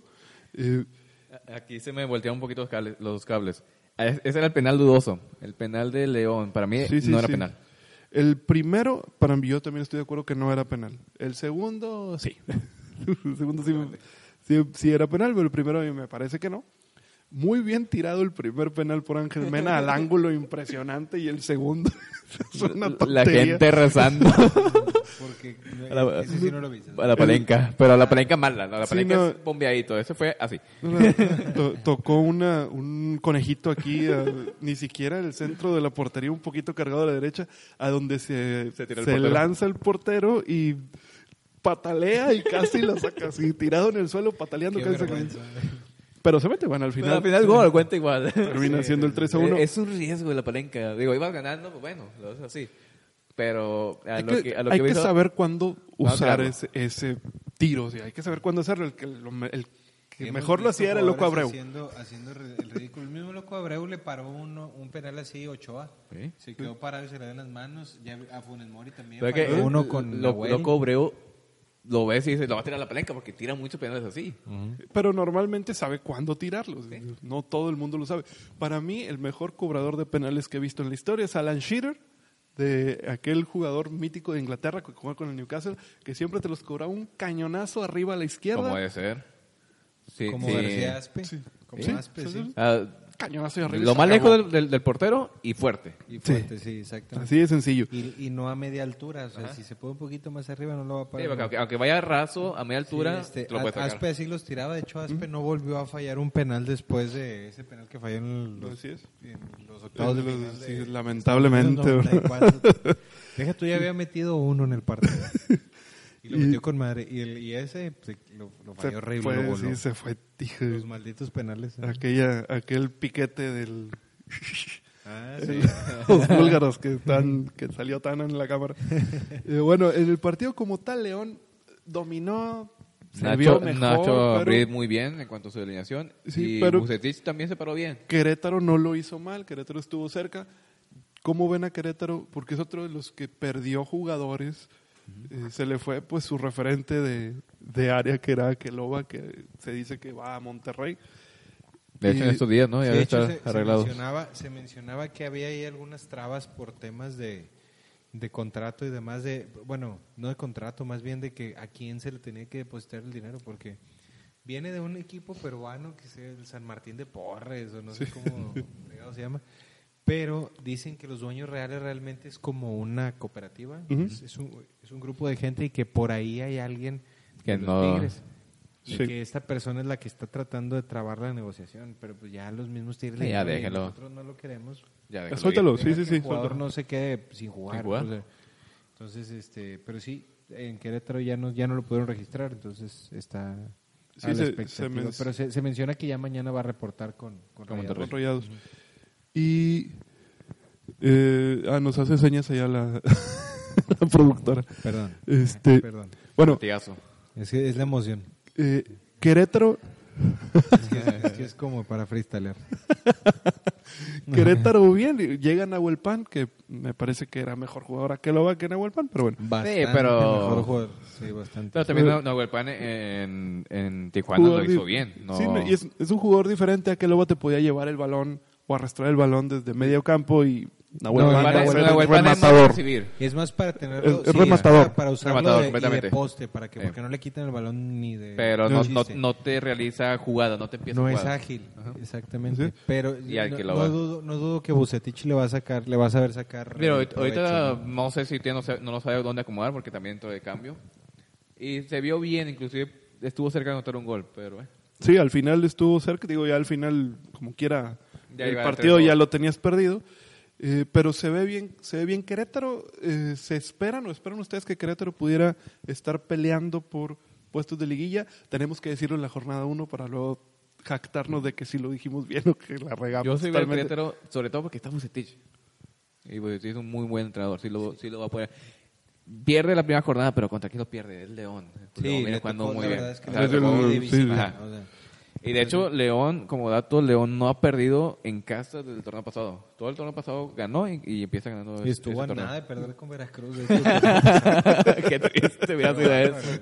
S5: Aquí se me voltearon un poquito los cables. Ese era el penal dudoso. El penal de León. Para mí
S3: Sí,
S5: no era
S3: sí.
S5: penal.
S3: El primero, para mí, yo también estoy de acuerdo que no era penal. El segundo, sí. El segundo sí era penal, pero el primero a mí me parece que no. Muy bien tirado el primer penal por Ángel Mena al ángulo impresionante, y el segundo es una
S5: La
S3: tontería.
S5: gente rezando
S4: Porque
S5: ese
S4: sí no lo viste.
S5: a la palenca. Pero a la palenca mala. La
S3: Sí,
S5: palenca
S3: no.
S5: es bombeadito. Ese fue así.
S3: Tocó un conejito aquí, ni siquiera el centro de la portería, un poquito cargado a la derecha, a donde se
S5: tira el portero.
S3: lanza el portero y patalea y casi lo saca así, tirado en el suelo, pataleando.
S4: Qué
S3: Casi
S4: vergüenza.
S3: pero se mete, bueno, al
S5: Pero
S3: final,
S5: al final gol, cuenta igual.
S3: termina siendo el 3-1.
S5: Es un riesgo de la palenca. Digo, ibas ganando, pues bueno, lo haces así. Pero a
S3: Hay
S5: lo
S3: que,
S5: que, a lo
S3: hay
S5: que
S3: que
S5: hizo-
S3: saber cuándo usar
S5: tirarlo.
S3: ese tiro, o sea, hay que saber cuándo hacerlo. El que
S4: Hemos
S3: mejor lo
S4: visto
S3: hacía era el Loco
S4: jugadores
S3: Abreu.
S4: Haciendo el ridículo. El mismo Loco Abreu le paró un penal así, Ochoa.
S5: Sí.
S4: Se quedó parado y se le dio en las manos. Ya a Funes Mori también.
S5: Pero que
S4: falló uno con Nahuel.
S5: Loco Abreu lo ves y dices, lo va a tirar a la palenca porque tira muchos penales así.
S3: Pero normalmente sabe cuándo tirarlos. No todo el mundo lo sabe. Para mí, el mejor cobrador de penales que he visto en la historia es Alan Shearer, de aquel jugador mítico de Inglaterra que jugó con el Newcastle, que siempre te los cobraba un cañonazo arriba a la izquierda.
S5: Como debe ser. Sí,
S4: Como
S5: sí.
S4: García Aspe.
S3: Sí.
S4: Como
S3: Sí,
S4: Aspe,
S3: sí,
S4: sí.
S3: sí.
S5: Ah,
S3: Cañonazo y arriba.
S5: lo
S3: se
S5: más
S3: acabó.
S5: lejos del portero y fuerte.
S4: Y fuerte, sí, exactamente.
S3: Así de sencillo.
S4: Y no a media altura. O sea, si se pone un poquito más arriba no lo va a
S5: Sí,
S4: parar.
S5: porque aunque vaya raso, a media altura,
S4: Sí,
S5: te lo puedes sacar.
S4: Aspe así los tiraba. De hecho, Aspe no volvió a fallar un penal después de ese penal que falló en los,
S3: Así es.
S4: en los octavos de
S3: Los-
S4: final
S3: sí,
S4: de-
S3: lamentablemente.
S4: 94. Deja, tú ya había metido uno en el partido. Y lo metió con madre. Y ese lo
S3: Se
S4: falló horrible.
S3: fue,
S4: Lo voló.
S3: sí, se fue. Dije,
S4: Los malditos penales.
S3: aquel piquete del...
S4: Ah, sí.
S3: los búlgaros que salió tan en la cámara. Bueno, en el partido como tal, León dominó, se vio mejor,
S5: Nacho
S3: pero
S5: Briz muy bien en cuanto a su alineación.
S3: Sí,
S5: y
S3: pero-
S5: Vucetich también se paró bien.
S3: Querétaro no lo hizo mal, Querétaro estuvo cerca. ¿Cómo ven a Querétaro? Porque es otro de los que perdió jugadores. Se le fue pues su referente de área, que era Keloba, que se dice que va a Monterrey.
S5: De hecho,
S3: Y-
S5: en estos días, ¿no? Ya
S4: Sí,
S5: debe
S4: de hecho,
S5: estar arreglado.
S4: se mencionaba que había ahí algunas trabas por temas de contrato y demás bueno, no de contrato, más bien de que a quién se le tenía que depositar el dinero, porque viene de un equipo peruano que es el San Martín de Porres, o no sé cómo fregado se llama, pero dicen que los dueños reales realmente es como una cooperativa,
S3: Ujú.
S4: es un grupo de gente y que por ahí hay alguien
S5: Que
S4: de los
S5: no-
S4: Tigres. y
S3: Sí.
S4: que esta persona es la que está tratando de trabar la negociación, pero pues ya los mismos Tigres
S5: Sí, ya
S4: "Oye,
S5: déjelo.
S4: nosotros no lo queremos".
S5: Ya, déjalo
S3: Suéltalo,
S5: ir.
S3: sí,
S4: Deja
S3: sí,
S4: que el
S3: sí.
S4: jugador
S3: suéltalo.
S4: no se quede sin jugar.
S5: Sin jugar.
S4: o sea, entonces, pero sí, en Querétaro ya no lo pudieron registrar, entonces está
S3: Sí,
S4: a la
S3: se
S4: expectativa. Pero se menciona que ya mañana va a reportar con Rayados.
S3: Con Rayados. Y nos hace señas allá la, la productora.
S4: Perdón. Perdón.
S3: Bueno,
S5: Latigazo.
S4: Es que es la emoción.
S3: Querétaro
S4: Es que es como para freestylear.
S3: Querétaro bien, llega Nahuel Pan, que me parece que era mejor jugador a Keloba que Nahuel Pan, pero bueno.
S4: Bastante
S5: pero-
S4: mejor jugador. Sí, bastante.
S5: Pero también Nahuel Pan en Tijuana lo hizo bien. No.
S3: Sí, y es un jugador diferente a Keloba, te podía llevar el balón o arrastrar el balón desde medio campo y Nahuel
S4: No,
S3: Pan
S4: Nahuel
S3: es
S4: Pan-
S5: Nahuel Pan es más
S3: rematador.
S5: recibir.
S4: Es más para tenerlo...
S3: Es rematador.
S4: Para usarlo
S5: Rematador,
S4: y de
S5: completamente.
S4: poste, porque no le quiten el balón ni de...
S5: Pero
S3: No
S5: no te realiza jugada, no te empieza
S4: No es
S5: jugada.
S4: ágil, exactamente.
S3: Sí.
S4: Pero
S5: Y al que lo
S4: no
S5: va.
S4: dudo que Vucetich le va a saber sacar...
S5: Pero ahorita
S4: provecho, ¿no?
S5: no sé si no lo sabe dónde acomodar porque también entró de cambio. Y se vio bien, inclusive estuvo cerca de anotar un gol, pero
S3: Sí, al final estuvo cerca, digo, ya al final, como quiera,
S5: Ya
S3: el
S5: iba
S3: partido
S5: 3-2.
S3: ya lo tenías perdido. Pero se ve bien Querétaro. ¿Esperan ustedes que Querétaro pudiera estar peleando por puestos de liguilla? Tenemos que decirlo en la jornada 1 para luego jactarnos de que sí lo dijimos bien o que la regamos.
S5: yo soy del
S3: totalmente.
S5: Querétaro, sobre todo porque está Vucetich. Y Vucetich es un muy buen entrenador, sí lo va a poder. Pierde la primera jornada, pero ¿contra quién lo pierde? El León.
S4: Sí,
S5: León viene
S4: le
S5: jugando
S4: tocó,
S5: muy
S4: la
S5: bien.
S4: verdad es que
S5: O sea,
S4: le tocó
S3: sí,
S4: de
S3: sí.
S4: visita,
S5: Ajá.
S4: o sea.
S5: Y de hecho, León, como dato, León no ha perdido en casa desde el torneo pasado. Todo el torneo pasado ganó y empieza ganando
S4: Y estuvo a
S5: ese torneo.
S4: nada de perder con Veracruz.
S5: Qué triste hubiera sido eso.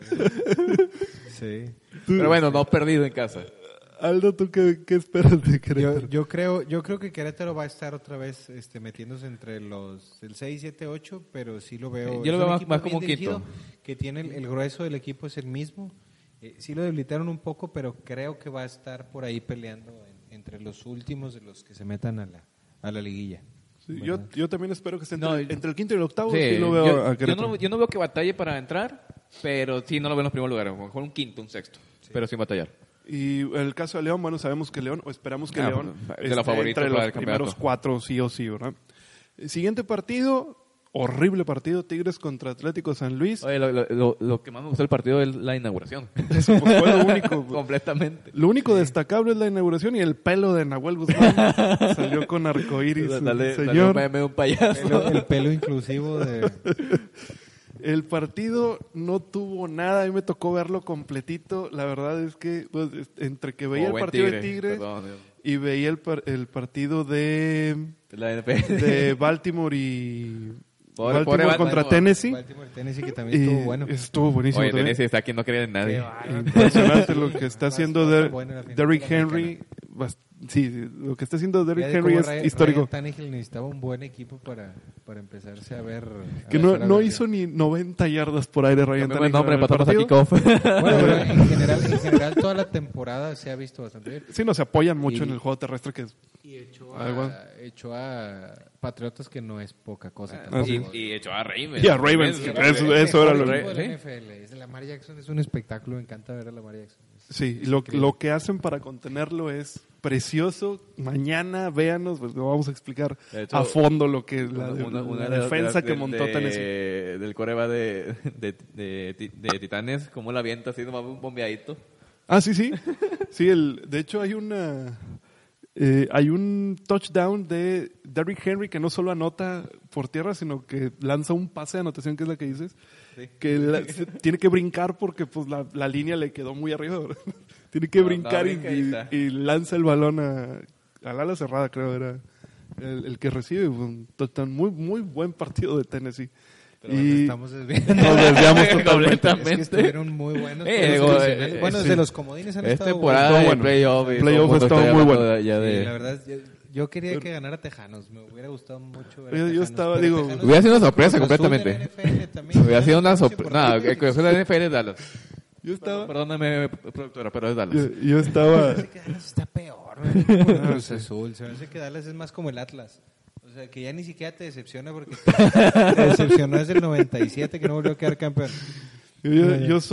S4: Sí.
S5: Pero bueno, no ha perdido en casa.
S3: Aldo, ¿tú qué esperas de Querétaro?
S4: Yo creo que Querétaro va a estar otra vez metiéndose entre el 6, 7, 8, pero sí lo veo.
S5: Yo lo
S4: es
S5: veo
S4: un
S5: más
S4: equipo
S5: como
S4: bien
S5: un quinto.
S4: dirigido, que tiene el grueso del equipo es el mismo. Sí lo debilitaron un poco, pero creo que va a estar por ahí peleando entre los últimos de los que se metan a la liguilla.
S3: Sí, yo también espero que esté
S5: No,
S3: entre el quinto y el octavo.
S5: Sí,
S3: Sí, lo veo
S5: yo,
S3: a Querétaro.
S5: yo no veo que batalle para entrar, pero sí no lo veo en los primeros lugares. A lo mejor un quinto, un sexto, pero sin batallar.
S3: Y en el caso de León, bueno, sabemos que León, o esperamos que
S5: Ah,
S3: León
S5: pues, de los
S3: esté
S5: favoritos
S3: entre
S5: para
S3: los
S5: el
S3: primeros
S5: campeonato.
S3: 4, sí o sí, ¿verdad? El siguiente partido, horrible partido, Tigres contra Atlético San Luis.
S5: Oye, lo que más me gustó del partido es la inauguración.
S3: Eso pues, fue lo único.
S5: Completamente.
S3: Lo único destacable es la inauguración y el pelo de Nahuel Guzmán. Salió con arcoíris,
S5: Sale un
S3: señor.
S5: meme de un payaso.
S4: El pelo inclusivo de...
S3: El partido no tuvo nada, a mí me tocó verlo completito. La verdad es que pues, entre que veía
S5: Como
S3: el
S5: buen
S3: partido de
S5: Tigre,
S3: Tigres
S5: perdón, Dios.
S3: y veía el partido de
S5: La NFL.
S3: de Baltimore y
S5: Pobre
S3: Baltimore contra
S5: Baltimore.
S3: Tennessee.
S4: Baltimore, Tennessee, que también estuvo bueno.
S3: Estuvo buenísimo
S5: Oye,
S3: también.
S5: Tennessee está aquí, no cree en nadie.
S4: Qué bárbaro.
S3: Impresionante lo que está haciendo
S4: Bastante bueno la final
S3: Derrick
S4: de la
S3: Henry. Sí, lo que está haciendo Derrick
S4: Ya de
S3: Henry
S4: cómo
S3: es
S4: Ryan
S3: histórico.
S4: Tannehill necesitaba un buen equipo para empezarse a ver.
S3: Que no hizo ni 90 yardas por aire Ryan
S5: También buen
S3: Tannehill
S5: nombre
S3: en el
S5: para todos a
S3: partido.
S5: kickoff.
S4: Bueno, pero en general toda la temporada se ha visto bastante bien.
S3: Sí, nos apoyan mucho
S4: Y-
S3: en el juego terrestre que es
S4: Y echó
S3: Ah, bueno.
S4: a Patriotas, que no es poca cosa.
S3: Ah,
S4: tampoco.
S3: sí.
S5: Y echó a Ravens.
S3: Y a Ravens,
S5: Sí,
S3: eso era lo
S4: El
S3: que...
S4: equipo de
S5: ¿Sí?
S4: la NFL. Lamar Jackson es un espectáculo, me encanta ver a Lamar Jackson.
S3: Sí, lo que hacen para contenerlo es precioso. Mañana, véanos, pues lo vamos a explicar
S5: De hecho,
S3: a fondo lo que la
S5: Una
S3: defensa que montó Tennessee.
S5: Del coreba de Titanes, cómo la avienta así, nomás un bombeadito.
S3: Ah, sí, sí. Sí, de hecho hay hay un touchdown de Derrick Henry que no solo anota por tierra, sino que lanza un pase de anotación, que es la que dices,
S5: Sí.
S3: que tiene que brincar porque pues la línea le quedó muy arriba. ¿verdad? Tiene que
S5: No,
S3: brincar
S5: brinca y está.
S3: y lanza el balón al ala cerrada, creo era el que recibe. Un touchdown, muy, muy buen partido de Tennessee.
S4: Pero bueno,
S3: Y
S4: estamos desviando.
S3: nos desviamos totalmente.
S5: Completamente.
S4: Es que estuvieron muy buenos.
S5: Digo,
S4: bueno,
S3: sí.
S4: desde los comodines han
S5: Es
S4: estado
S5: temporada
S3: Estuvo
S5: de
S3: bueno.
S5: playoff. y
S3: Playoff
S5: todo el mundo
S3: estuvo
S5: está
S3: muy
S5: hablando
S3: bueno.
S5: ya
S4: buenos.
S5: de-
S4: Sí, la verdad, yo quería que ganara Tejanos. Me hubiera gustado mucho ver a
S3: Yo
S4: Tejanos,
S3: estaba,
S4: pero
S3: digo,
S4: Tejanos
S5: hubiera sido una
S4: es
S5: sorpresa
S4: Cruz Azul de la
S5: completamente.
S4: NFL también.
S5: Hubiera sido una
S4: Es
S5: sorpresa. No,
S4: importante.
S5: el corazón de la NFL es Dallas.
S3: Yo estaba...
S5: Perdóname, productora, pero es Dallas.
S3: Yo estaba...
S4: Parece que Dallas está peor. ¿no? Cruz Azul. Se me hace que Dallas es más como el Atlas. O sea, que ya ni siquiera te decepciona porque te decepcionó desde el 97 que no volvió a quedar campeón.
S3: Yo soy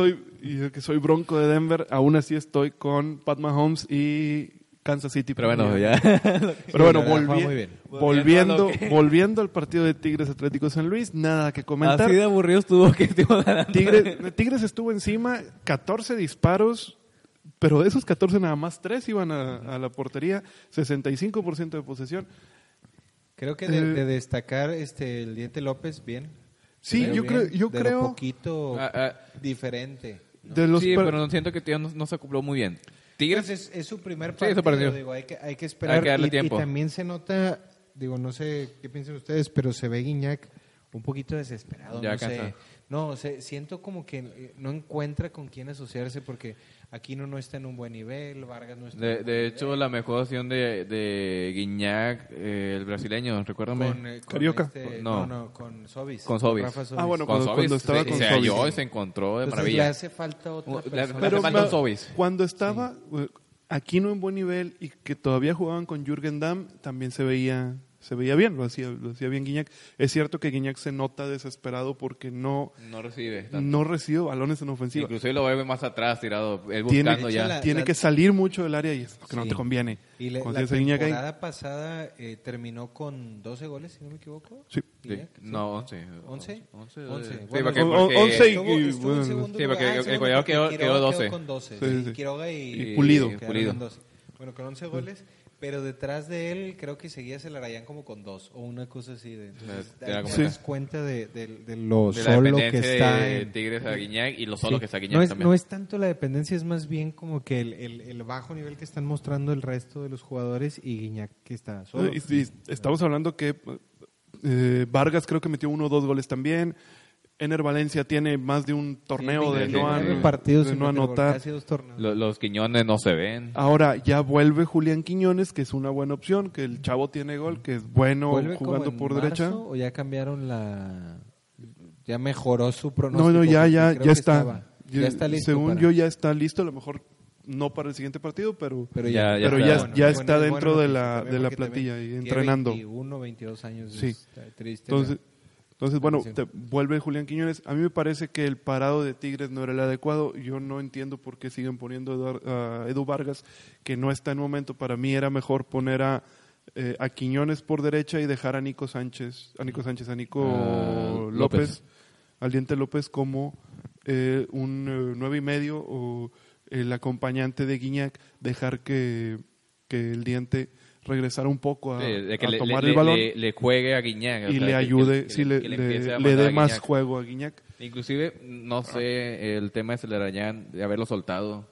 S3: Y yo que soy bronco de Denver, aún así estoy con Pat Mahomes y Kansas City.
S5: Pero bueno, ya.
S3: Pero bueno,
S4: muy bien.
S3: volviendo al partido de Tigres Atlético San Luis, nada que comentar.
S5: Así de aburrido estuvo que estuvo ganando.
S3: Tigres estuvo encima, 14 disparos, pero de esos 14 nada más 3 iban a la portería, 65% de posesión.
S4: Creo que de destacar el Diente López, bien.
S3: Sí, yo
S4: Lo
S3: creo
S4: poquito diferente, ¿no?
S3: de los
S5: Sí, pero no siento que tío no se acopló muy bien. Tigres
S4: Pues es su primer
S5: Sí,
S4: partido,
S5: su partido.
S4: digo, hay que esperar.
S5: Hay que darle
S4: y
S5: tiempo.
S4: también se nota, digo, no sé qué piensan ustedes, pero se ve Guiñac un poquito desesperado.
S5: Ya
S4: no sé.
S5: cansado.
S4: No, siento como que no encuentra con quién asociarse porque Aquino no está en un buen nivel, Vargas no está en un buen
S5: de hecho,
S4: nivel.
S5: la mejor opción de Guiñac, el brasileño, recuérdame.
S4: Con
S3: Carioca.
S5: No.
S4: con Sobis.
S5: Con Sobis.
S4: Rafa Sobis.
S3: Ah, bueno,
S5: Con
S3: cuando
S5: Sobis
S3: estaba con
S5: se
S3: Sobis.
S5: halló y se encontró de
S4: Entonces, le
S5: maravilla.
S4: hace falta otra
S5: Le-
S4: persona.
S5: le hace falta un Sobis.
S3: Cuando estaba Aquino en buen nivel y que todavía jugaban con Jürgen Damm, también se veía bien, lo hacía bien Guiñac. Es cierto que Guiñac se nota desesperado porque no
S5: recibe tanto.
S3: recibe balones en ofensiva.
S5: Inclusive lo ve más atrás, tirado, él
S3: Tiene-
S5: buscando ya.
S3: Tiene que salir mucho del área y es lo que no
S4: Sí.
S3: te conviene.
S4: Y
S3: Cuando
S4: la
S3: tienes a Guiñac ahí.
S4: temporada pasada terminó con 12 goles, si no me equivoco.
S3: Sí.
S5: Sí.
S4: Guiñac, sí.
S5: No, 11.
S4: 11.
S5: 11.
S4: 11.
S5: Sí,
S4: Bueno,
S5: porque,
S3: o-
S5: porque
S3: 11 y-
S4: Estuvo en
S3: bueno,
S4: segundo
S5: sí, porque
S4: lugar.
S5: el
S4: segundo
S5: goleador
S4: porque
S5: quedó
S4: Quiroga
S5: 12.
S4: con 12.
S3: Sí,
S4: Sí,
S3: sí.
S4: Quiroga
S3: Y Pulido.
S4: quedaron en 12. Bueno, con 11 goles, pero detrás de él creo que seguía Celarayán como con 2 o una cosa así. Entonces,
S5: Era
S4: ahí
S5: como-
S4: te das cuenta de lo
S5: De la
S4: solo que
S5: dependencia
S4: está
S5: de
S4: en...
S5: Tigres a Guiñac y lo solo
S4: Sí.
S5: que está Guiñac también.
S4: No es tanto la dependencia, es más bien como que el bajo nivel que están mostrando el resto de los jugadores y Guiñac que está solo.
S3: Y estamos hablando que Vargas creo que metió 1 o 2 goles también. Ener Valencia tiene más de un torneo de no,
S4: partidos
S3: de
S4: sin
S3: no
S4: meter gol,
S3: anotar.
S4: casi 2 torneos.
S5: Los Quiñones no se ven.
S3: Ahora ya vuelve Julián Quiñones, que es una buena opción, que el chavo tiene gol, que es bueno
S4: ¿Vuelve como
S3: jugando
S4: en
S3: por
S4: marzo
S3: derecha.
S4: o ya cambiaron ya mejoró su pronóstico?
S3: No, ya
S4: Porque creo que
S3: está.
S4: ya está listo.
S3: Según
S4: para-
S3: yo ya está listo, a lo mejor no para el siguiente partido, pero
S5: Ya
S3: pero
S5: está.
S3: ya
S4: Bueno,
S3: está
S4: buena
S3: dentro
S4: noticia
S3: de la
S4: también porque
S3: plantilla
S4: también
S3: y
S4: tiene
S3: entrenando.
S4: 21, 22 años.
S3: Sí.
S4: Está triste.
S3: Entonces, bueno,
S4: Atención.
S3: vuelve Julián Quiñones. A mí me parece que el parado de Tigres no era el adecuado. Yo no entiendo por qué siguen poniendo a Edu Vargas, que no está en momento. Para mí era mejor poner a Quiñones por derecha y dejar a Nico López, al Diente López como un 9.5 o el acompañante de Guiñac, dejar que el Diente regresara un poco a
S5: De que
S3: tomar el balón
S5: le juegue a Guiñac.
S3: y
S5: o sea,
S3: le ayude,
S5: que le empiece a
S3: le
S5: mandar
S3: dé
S5: a
S3: más
S5: Guiñac.
S3: juego a Guiñac.
S5: Inclusive, no sé, el tema de Celarayán, de haberlo soltado.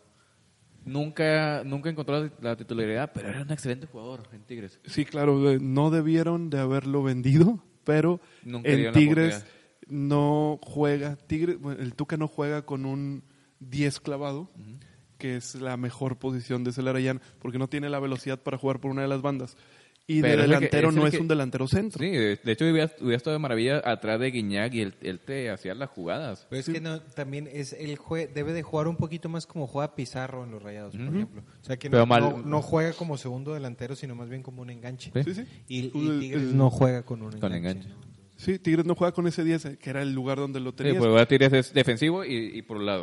S5: Nunca encontró la titularidad, pero era un excelente jugador en Tigres.
S3: Sí, claro, no debieron de haberlo vendido, pero
S5: Nunca dieron
S3: en
S5: la
S3: Tigres
S5: oportunidad.
S3: no juega. El Tuca no juega con un 10 clavado, que es la mejor posición de Celarayán, porque no tiene la velocidad para jugar por una de las bandas. Y
S5: Pero
S3: de
S5: es el que-
S3: delantero
S5: es el
S3: no es
S5: que-
S3: un delantero centro.
S5: Sí, de hecho hubiera estado de maravilla atrás de Guiñac y él te hacía las jugadas.
S4: Pero es que no, también es debe de jugar un poquito más como juega Pizarro en los Rayados, por ejemplo. O sea que
S5: Pero
S4: no juega como segundo delantero, sino más bien como un enganche.
S5: Sí.
S3: Sí, sí.
S4: Y
S3: El-
S4: Tigres
S3: el-
S4: no juega con un
S5: Con
S4: enganche.
S5: enganche.
S4: ¿no?
S3: Sí, Tigres no juega con ese 10, que era el lugar donde lo
S5: Sí,
S3: tenías.
S5: pues ahora Tigres es defensivo y por un lado.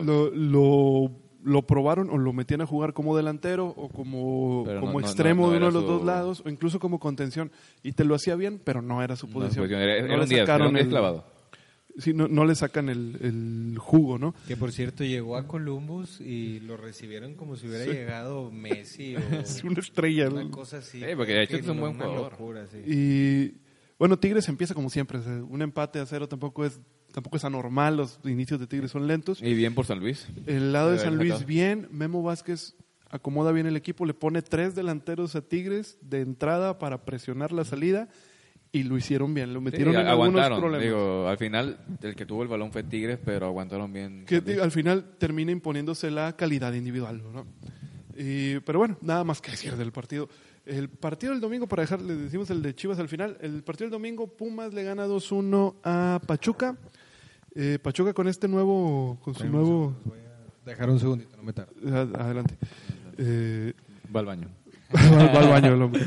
S3: Lo probaron o lo metían a jugar como delantero o como
S5: Pero
S3: como
S5: no
S3: extremo
S5: no
S3: de uno
S5: era
S3: de los
S5: su-
S3: dos lados o incluso como contención y te lo hacía bien, pero no era su
S5: No,
S3: posición.
S5: era
S3: No
S5: un
S3: le
S5: 10,
S3: sacaron
S5: era un 10
S3: el-
S5: clavado.
S3: Sí, no le sacan el jugo, ¿no?
S4: Que por cierto llegó a Columbus y lo recibieron como si hubiera llegado Messi o
S3: Es una estrella.
S4: una
S3: ¿no?
S4: cosa así.
S5: Sí, porque de hecho
S4: Que
S5: es un buen
S4: una
S5: jugador.
S4: locura, sí.
S3: Y bueno, Tigres empieza como siempre, o sea, un empate a 0 tampoco es anormal, los inicios de Tigres son lentos.
S5: Y bien por San Luis.
S3: El lado de
S5: Debe
S3: San
S5: haber
S3: Luis
S5: sacado.
S3: bien, Memo Vázquez acomoda bien el equipo, le pone 3 delanteros a Tigres de entrada para presionar la salida y lo hicieron bien, lo metieron
S5: Sí,
S3: en algunos
S5: aguantaron.
S3: problemas.
S5: Digo, al final el que tuvo el balón fue Tigres, pero aguantaron bien.
S3: Que
S5: San Luis.
S3: al final termina imponiéndose la calidad individual, ¿no? Pero bueno, nada más que decir del partido. El partido del domingo, para dejar, le decimos el de Chivas al final, el partido del domingo, Pumas le gana 2-1 a Pachuca. Pachuca con su nuevo...
S4: Voy a dejar un segundito, no me tardo.
S3: Adelante.
S5: Va al baño.
S3: Va al baño el hombre.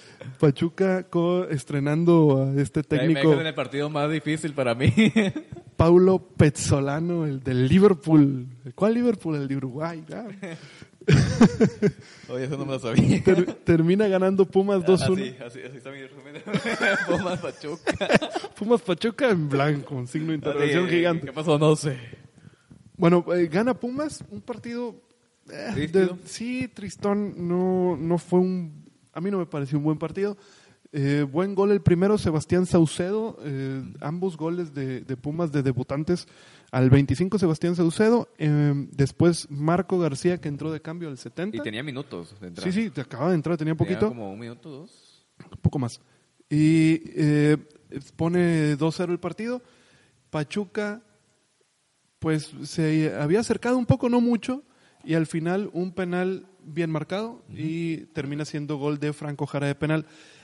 S3: Pachuca estrenando a este
S5: Ahí me
S3: técnico.
S5: dejan en el partido más difícil para mí.
S3: Paulo Pezzolano, el del Liverpool. ¿Cuál Liverpool? El de Uruguay.
S5: Oye, eso no me lo sabía.
S3: Termina ganando Pumas 2-1.
S5: Así está mi resumen. Pumas Pachuca.
S3: Pumas Pachuca en blanco, un signo de interrogación gigante.
S5: ¿Qué pasó? No sé.
S3: Bueno, gana Pumas un partido...
S5: ¿Trístido?
S3: Sí, tristón. No fue a mí no me pareció un buen partido. Buen gol el primero, Sebastián Saucedo. Ambos goles de Pumas de debutantes. Al 25 Sebastián Saucedo. Después Marco García, que entró de cambio al 70.
S5: Y tenía minutos de entrada.
S3: Sí, acababa de entrar, tenía poquito.
S5: Como 1 minuto, 2.
S3: Un poco más. Y pone 2-0 el partido. Pachuca, pues se había acercado un poco, no mucho. Y al final un penal bien marcado. Y termina siendo gol de Franco Jara de penal.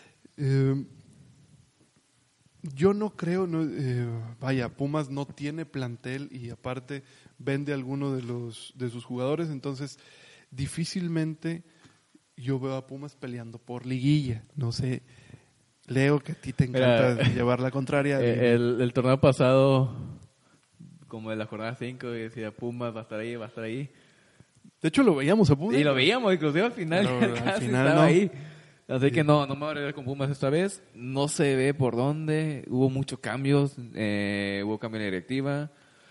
S3: Yo no creo, Pumas no tiene plantel y aparte vende a alguno de sus jugadores, entonces difícilmente yo veo a Pumas peleando por liguilla. No sé, Leo, que a ti te encanta llevar la contraria.
S5: El torneo pasado, como de la jornada 5, decía Pumas va a estar ahí.
S3: De hecho lo veíamos a Pumas.
S5: Y lo veíamos, inclusive al final,
S3: al final
S5: estaba
S3: no.
S5: ahí. Así que no me voy a arriesgar con Pumas esta vez. No se ve por dónde. Hubo muchos cambios. Hubo cambio en la directiva.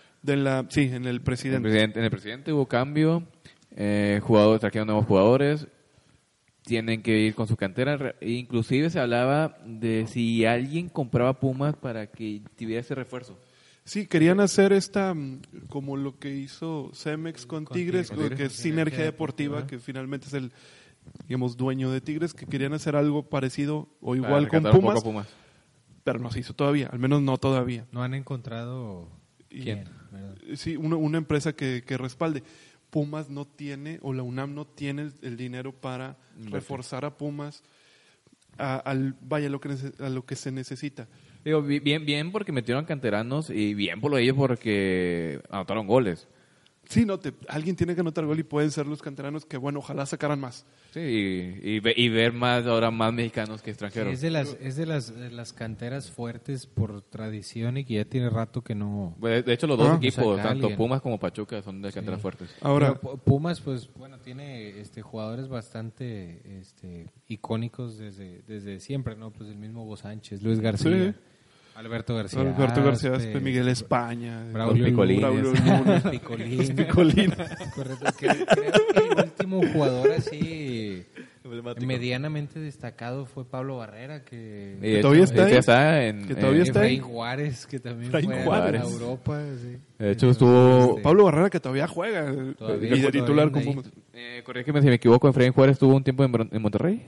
S3: En el presidente.
S5: En el presidente hubo cambio. Jugadores, trajeron nuevos jugadores. Tienen que ir con su cantera. Inclusive se hablaba de si alguien compraba Pumas para que tuviera ese refuerzo.
S3: Sí, querían hacer como lo que hizo Cemex con Tigres, que es Sinergia Deportiva, que finalmente es el dueño de Tigres, que querían hacer algo parecido o igual con Pumas, pero no se hizo todavía, al menos no todavía.
S4: No han encontrado quién, ¿verdad?
S3: Sí, una empresa que respalde. Pumas no tiene, o la UNAM no tiene el dinero para reforzar a Pumas a lo que se necesita.
S5: Digo, bien porque metieron canteranos y bien por ellos porque anotaron goles.
S3: Sí, alguien tiene que anotar gol y pueden ser los canteranos que, bueno, ojalá sacaran más.
S5: Sí, y ver ahora más mexicanos que extranjeros.
S4: Sí, es de las canteras fuertes por tradición y que ya tiene rato que no...
S5: De hecho, los dos equipos, tanto
S4: alguien.
S5: Pumas como Pachuca, son de canteras fuertes.
S3: Ahora,
S4: Pumas, pues, bueno, tiene jugadores bastante icónicos desde siempre, ¿no? Pues el mismo Hugo Sánchez, Luis García.
S3: Sí.
S4: Alberto García
S3: Aspe, Miguel España,
S4: Braulio
S5: Picolín.
S3: Picolín.
S4: Correcto. Creo que el último jugador así medianamente destacado fue Pablo Barrera, que
S3: todavía está ahí.
S5: Que
S3: todavía está ahí.
S4: Efraín Juárez, que también
S3: Efraín
S4: fue
S3: Juárez.
S4: a Europa. Sí.
S5: De hecho, estuvo...
S3: Pablo Barrera, que todavía juega
S4: Todavía
S3: y de titular con
S4: todavía
S3: Pumas.
S5: corrígeme si me equivoco, Efraín Juárez estuvo un tiempo en Monterrey.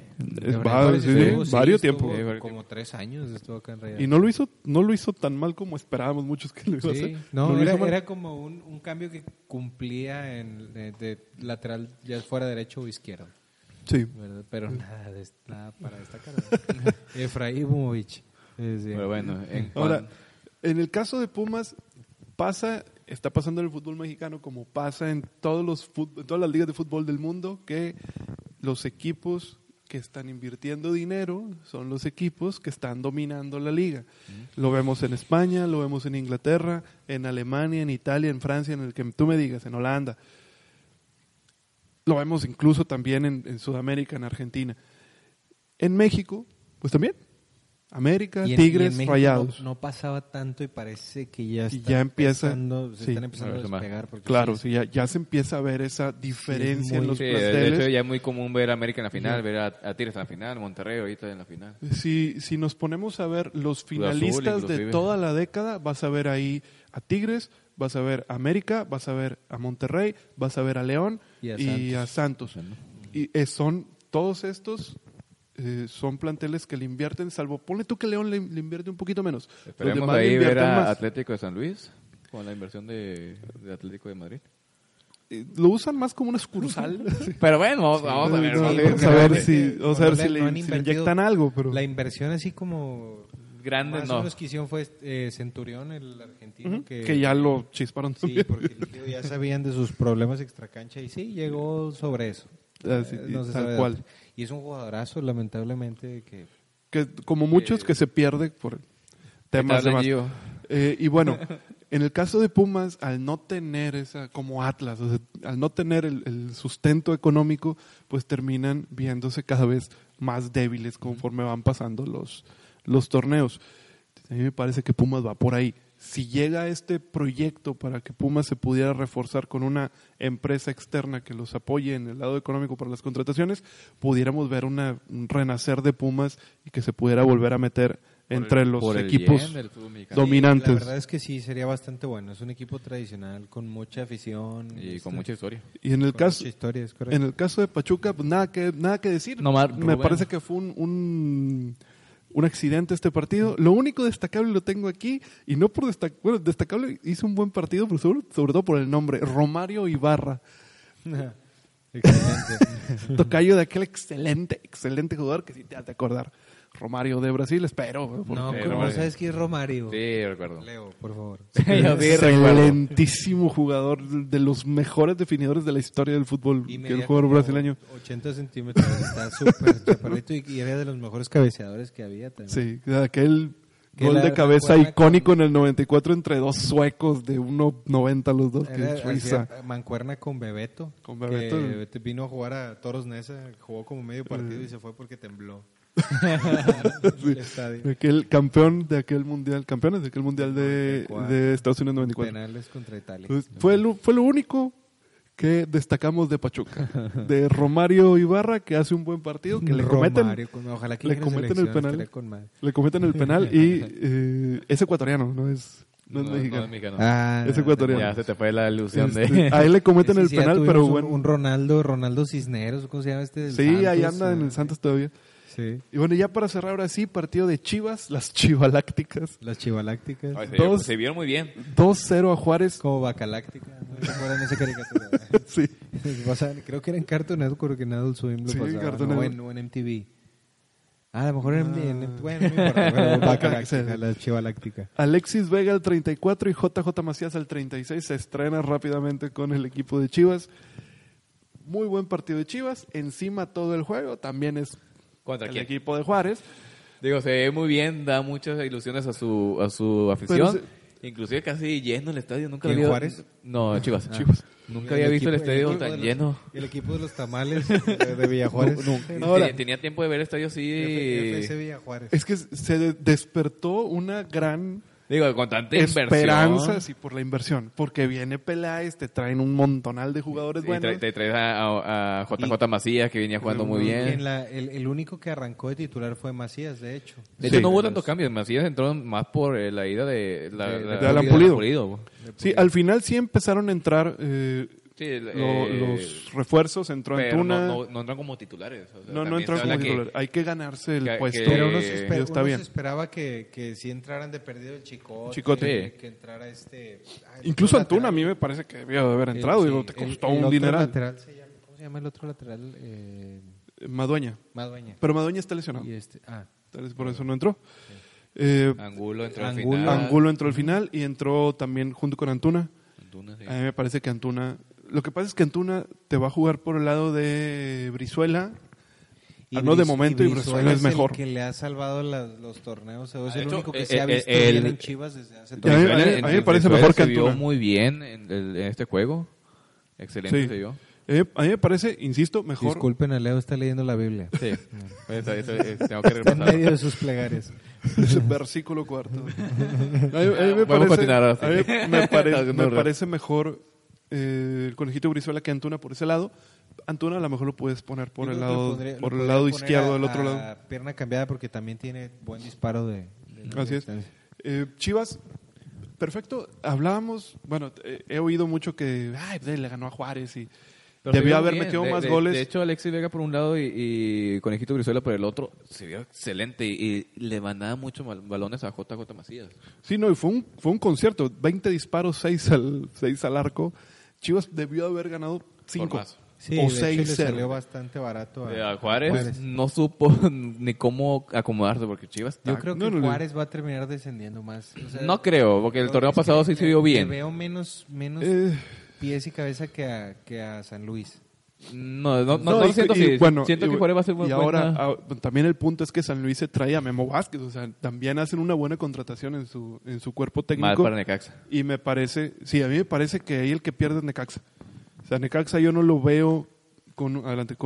S3: Varios tiempos.
S4: Como 3 años estuvo acá en Reyes.
S3: Y no lo hizo tan mal como esperábamos muchos que lo iba a hacer.
S4: Sí, no,
S3: lo hizo mal.
S4: era como un cambio que cumplía de lateral, ya fuera derecho o izquierdo.
S3: Sí.
S4: ¿Verdad? Pero nada para destacar. ¿verdad? Efraimovic.
S5: Pero bueno,
S3: Ahora, en el caso de Pumas, está pasando en el fútbol mexicano como pasa en todas las ligas de fútbol del mundo, que los equipos que están invirtiendo dinero son los equipos que están dominando la liga. Lo vemos en España, lo vemos en Inglaterra, en Alemania, en Italia, en Francia, en el que tú me digas, en Holanda. Lo vemos incluso también en Sudamérica, en Argentina. En México, pues también. América, Tigres,
S4: y en México
S3: Rayados.
S4: no pasaba tanto y parece que ya
S3: Y ya empieza,
S4: se están empezando a despegar. Porque
S3: claro,
S4: sí,
S3: ya se empieza a ver esa diferencia en los
S5: de
S3: planteles.
S5: hecho ya es muy común ver a América en la final, ver a Tigres en la final, Monterrey ahorita en la final.
S3: Si nos ponemos a ver los finalistas
S5: Azul,
S3: de toda la década, vas a ver ahí a Tigres, vas a ver a América, vas a ver a Monterrey, vas a ver a León y a Santos. Y son todos estos... son planteles que le invierten, salvo ponle tú que León le invierte un poquito menos.
S5: Esperemos ahí ver a Atlético de San Luis con la inversión de Atlético de Madrid.
S3: Lo usan más como una sucursal.
S5: Pero bueno, vamos a ver.
S3: Vamos a ver si le inyectan algo. Pero
S4: la inversión así como
S5: grande
S4: más
S5: no.
S4: o menos que hicieron fue Centurión, el argentino.
S3: Que ya lo chisparon
S4: también. Sí, porque ya sabían de sus problemas extracancha y sí, llegó sobre eso.
S3: No tal cual.
S4: Y es un jugadorazo, lamentablemente, que
S3: como muchos que se pierde por temas de más. Y bueno, En el caso de Pumas, al no tener esa, como Atlas, o sea, al no tener el sustento económico, pues terminan viéndose cada vez más débiles conforme van pasando los torneos. A mí me parece que Pumas va por ahí. Si llega este proyecto para que Pumas se pudiera reforzar con una empresa externa que los apoye en el lado económico para las contrataciones, pudiéramos ver un renacer de Pumas y que se pudiera volver a meter entre los equipos dominantes.
S4: La verdad es que sí, sería bastante bueno. Es un equipo tradicional con mucha afición.
S5: Y con mucha historia.
S3: Y en el caso,
S4: mucha historia, es correcto.
S3: en el caso de Pachuca, pues nada que decir. Me parece que fue un accidente este partido. Lo único destacable lo tengo aquí, y no por destacable, hizo un buen partido, pero sobre todo por el nombre, Romario Ibarra.
S4: Excelente.
S3: Tocayo de aquel excelente jugador que sí te has de acordar. Romario de Brasil, espero.
S4: No,
S3: porque
S4: ¿cómo sabes quién es Romario?
S5: Sí, recuerdo.
S4: Leo, por favor.
S3: excelentísimo jugador, de los mejores definidores de la historia del fútbol,
S4: Y
S3: que el
S4: medía
S3: jugador
S4: como
S3: brasileño.
S4: 80 centímetros, está súper chaparrito y era de los mejores cabeceadores que había también.
S3: Sí, aquel
S4: Que
S3: gol
S4: la
S3: de cabeza
S4: mancuerna
S3: icónico en el 94 entre dos suecos de 1.90 los dos, que
S4: Era,
S3: es risa.
S4: hacía mancuerna con Bebeto.
S3: Con Bebeto.
S4: Que vino a jugar a Toros Neza, jugó como medio partido y se fue porque tembló.
S3: Sí,
S4: El estadio.
S3: aquel campeón de aquel mundial, campeones de aquel mundial de Estados Unidos 94.
S4: Penales contra Italia.
S3: Pues, fue lo único que destacamos de Pachuca. De Romario Ibarra, que hace un buen partido, que le cometen
S4: ojalá que
S3: le
S4: llegue a la
S3: cometen el
S4: selección,
S3: penal.
S4: estaría con madre.
S3: le cometen el penal y es ecuatoriano, no es mexicano. Es ecuatoriano.
S5: Ya se te fue la ilusión de...
S3: A él le cometen
S4: Sí,
S3: el
S4: sí, ya
S3: penal,
S4: tuvimos
S3: pero bueno.
S4: un Ronaldo Cisneros, ¿cómo se llama este? Del
S3: Sí,
S4: Santos,
S3: ahí anda en el Santos todavía.
S4: Sí.
S3: Y bueno, ya para cerrar ahora sí, partido de Chivas, las Chivalácticas.
S4: Las Chivalácticas.
S5: Ay,
S3: Todos-
S5: se vieron muy bien.
S3: 2-0 a Juárez.
S4: Como Bacaláctica. ¿No se acuerdan de esa caricatura?
S3: Sí.
S4: Creo que era en Cartoon Network, que en Adult Swim lo
S3: Sí,
S4: pasaba,
S3: Cartoon
S4: ¿no?
S3: Network.
S4: O en MTV. A lo mejor bueno, no importa. Pero Bacaláctica, la Chivaláctica.
S3: Alexis Vega al 34 y JJ Macías al 36 se estrena rápidamente con el equipo de Chivas. Muy buen partido de Chivas. Encima todo el juego. También es
S5: ¿Contra
S3: el
S5: quién?
S3: equipo de Juárez.
S5: Digo, se ve muy bien, da muchas ilusiones a su afición. Inclusive casi lleno el estadio. Nunca
S4: ¿En
S5: había
S4: Juárez?
S5: No, Chivas.
S3: Chivas.
S5: Nunca había visto el estadio
S4: equipo
S5: tan
S4: de los-
S5: lleno.
S4: El equipo de los tamales de Villajuárez.
S3: Ahora-
S5: Tenía tiempo de ver el estadio así.
S4: FC Villajuárez.
S3: Es que se despertó una gran
S5: Digo, con tanta
S3: esperanza
S5: inversión.
S3: sí, por la inversión. Porque viene Peláez, te traen un montonal de jugadores
S5: Y
S3: buenos.
S5: te traes a JJ Macías, que venía jugando muy bien.
S4: El único que arrancó de titular fue Macías, de hecho.
S5: De
S3: Sí.
S5: hecho, no hubo tantos cambios. Macías entró más por la ida de
S3: Alan Pulido. Sí, al final sí empezaron a entrar
S5: Sí,
S3: los refuerzos. Entró
S5: pero
S3: Antuna.
S5: no entran como titulares. O sea,
S3: No
S5: también
S3: entró
S5: se
S3: como
S5: habla que-
S3: titular. Hay que ganarse el
S5: que-
S3: puesto.
S5: que-
S4: Pero uno
S5: Eh,
S4: se,
S3: está bien.
S4: esperaba que sí entraran de perdido el Chicote.
S3: Chicote.
S4: Que entrara este...
S3: Incluso
S4: otro
S3: Antuna a
S4: lateral.
S3: mí me parece que debió de haber entrado.
S4: Sí,
S3: Digo, te costó un
S4: otro
S3: dineral.
S4: lateral ¿cómo se llama el otro lateral?
S3: Madueña.
S4: Madueña.
S3: Pero Madueña está lesionado.
S4: Y
S3: Tal vez por eso no entró.
S5: Angulo entró al
S4: Angulo.
S5: final.
S3: Angulo entró al final y entró también junto con Antuna.
S5: Antuna, sí.
S3: A mí me parece que Antuna... Lo que pasa es que Antuna te va a jugar por el lado de Brizuela. No, de momento, y Brizuela es mejor.
S4: El que le ha salvado los torneos. Es
S5: De
S4: el
S5: hecho,
S4: único que se ha visto
S5: el-
S4: bien en Chivas desde hace
S3: a mí-
S4: tiempo.
S5: Brizuela-
S3: a mí me parece
S5: Brizuela
S3: mejor que
S5: se vio
S3: Antuna.
S5: muy bien en este juego. Excelente
S3: Sí.
S5: se vio.
S3: A mí me parece, insisto, mejor...
S4: Disculpen, a Leo está leyendo la Biblia.
S5: Sí. Tengo que
S4: Está en
S5: repasar.
S4: medio de sus plegarias.
S3: Ese versículo cuarto. A mí me
S5: Podemos continuar ahora sí.
S3: a mí me
S5: No,
S3: parece mejor el conejito Brizuela que Antuna por ese lado. Antuna a lo mejor lo puedes poner por
S4: Yo
S3: el
S4: creo que lo
S3: lado
S4: pondría- lo
S3: por el
S4: podría
S3: lado
S4: poner
S3: izquierdo del otro
S4: a
S3: lado.
S4: Pierna cambiada porque también tiene buen disparo de
S3: Así es.
S4: distancia.
S3: Chivas, perfecto. Hablábamos, bueno, he oído mucho que le ganó a Juárez y
S5: Pero se
S3: debió
S5: vio
S3: haber
S5: bien.
S3: metido más goles.
S5: De hecho, Alexis Vega por un lado y Conejito Brizuela por el otro se vio excelente y le mandaba muchos balones a JJ Macías.
S3: Sí, no, y fue un concierto. 20 disparos, 6 al arco. Chivas debió haber ganado 5
S5: más.
S4: Sí,
S3: o
S4: de hecho, le
S3: 6-0.
S4: salió bastante barato
S5: A Juárez no supo ni cómo acomodarse porque Chivas
S4: Yo creo que
S3: no.
S4: Juárez va a terminar descendiendo más. O sea,
S5: no creo, porque el torneo
S4: es
S5: pasado
S4: que
S5: sí se vio bien.
S4: Le veo menos
S3: Eh,
S4: pies y cabeza que a San Luis.
S5: No siento así. Siento que Juárez va a ser
S3: y ahora también el punto es que San Luis se trae a Memo Vázquez, o sea, también hacen una buena contratación en su cuerpo técnico.
S5: Mal para Necaxa.
S3: Y a mí me parece que ahí el que pierde es Necaxa. O sea, Necaxa yo no lo veo con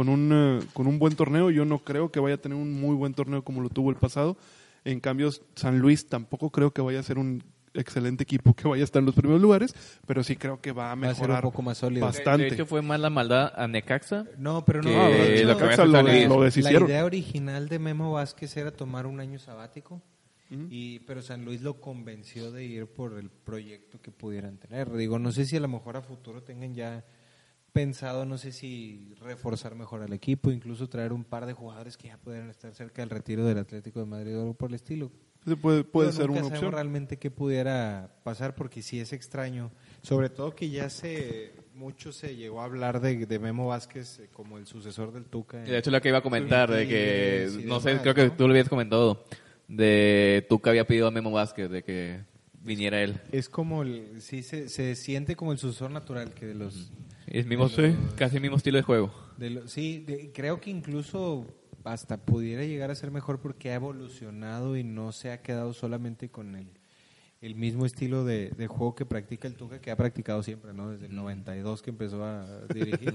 S3: un buen torneo. Yo no creo que vaya a tener un muy buen torneo como lo tuvo el pasado. En cambio, San Luis tampoco creo que vaya a ser un excelente equipo que vaya a estar en los primeros lugares, pero sí creo que va a mejorar
S4: un poco más sólido.
S3: Bastante.
S5: De hecho, fue más la maldad a Necaxa.
S4: No, pero no.
S5: Que lo
S3: Necaxa lo deshicieron.
S4: La idea original de Memo Vázquez era tomar un año sabático, pero San Luis lo convenció de ir por el proyecto que pudieran tener. Digo, no sé si a lo mejor a futuro tengan ya pensado, no sé si reforzar mejor al equipo, incluso traer un par de jugadores que ya pudieran estar cerca del retiro del Atlético de Madrid o algo por el estilo.
S3: Puede ser una opción.
S4: Realmente qué pudiera pasar, porque sí es extraño, sobre todo que ya mucho se llegó a hablar de Memo Vázquez como el sucesor del Tuca.
S5: De hecho, lo que iba a comentar, de que, no sé, creo que
S4: ¿no?
S5: tú lo habías comentado, de Tuca había pedido a Memo Vázquez de que viniera él.
S4: Es como, sí se siente como el sucesor natural que de los...
S5: Es casi el mismo estilo de juego.
S4: Creo que incluso hasta pudiera llegar a ser mejor porque ha evolucionado y no se ha quedado solamente con el mismo estilo de juego que practica el Tuca, que ha practicado siempre, ¿no? Desde el 92 que empezó a dirigir.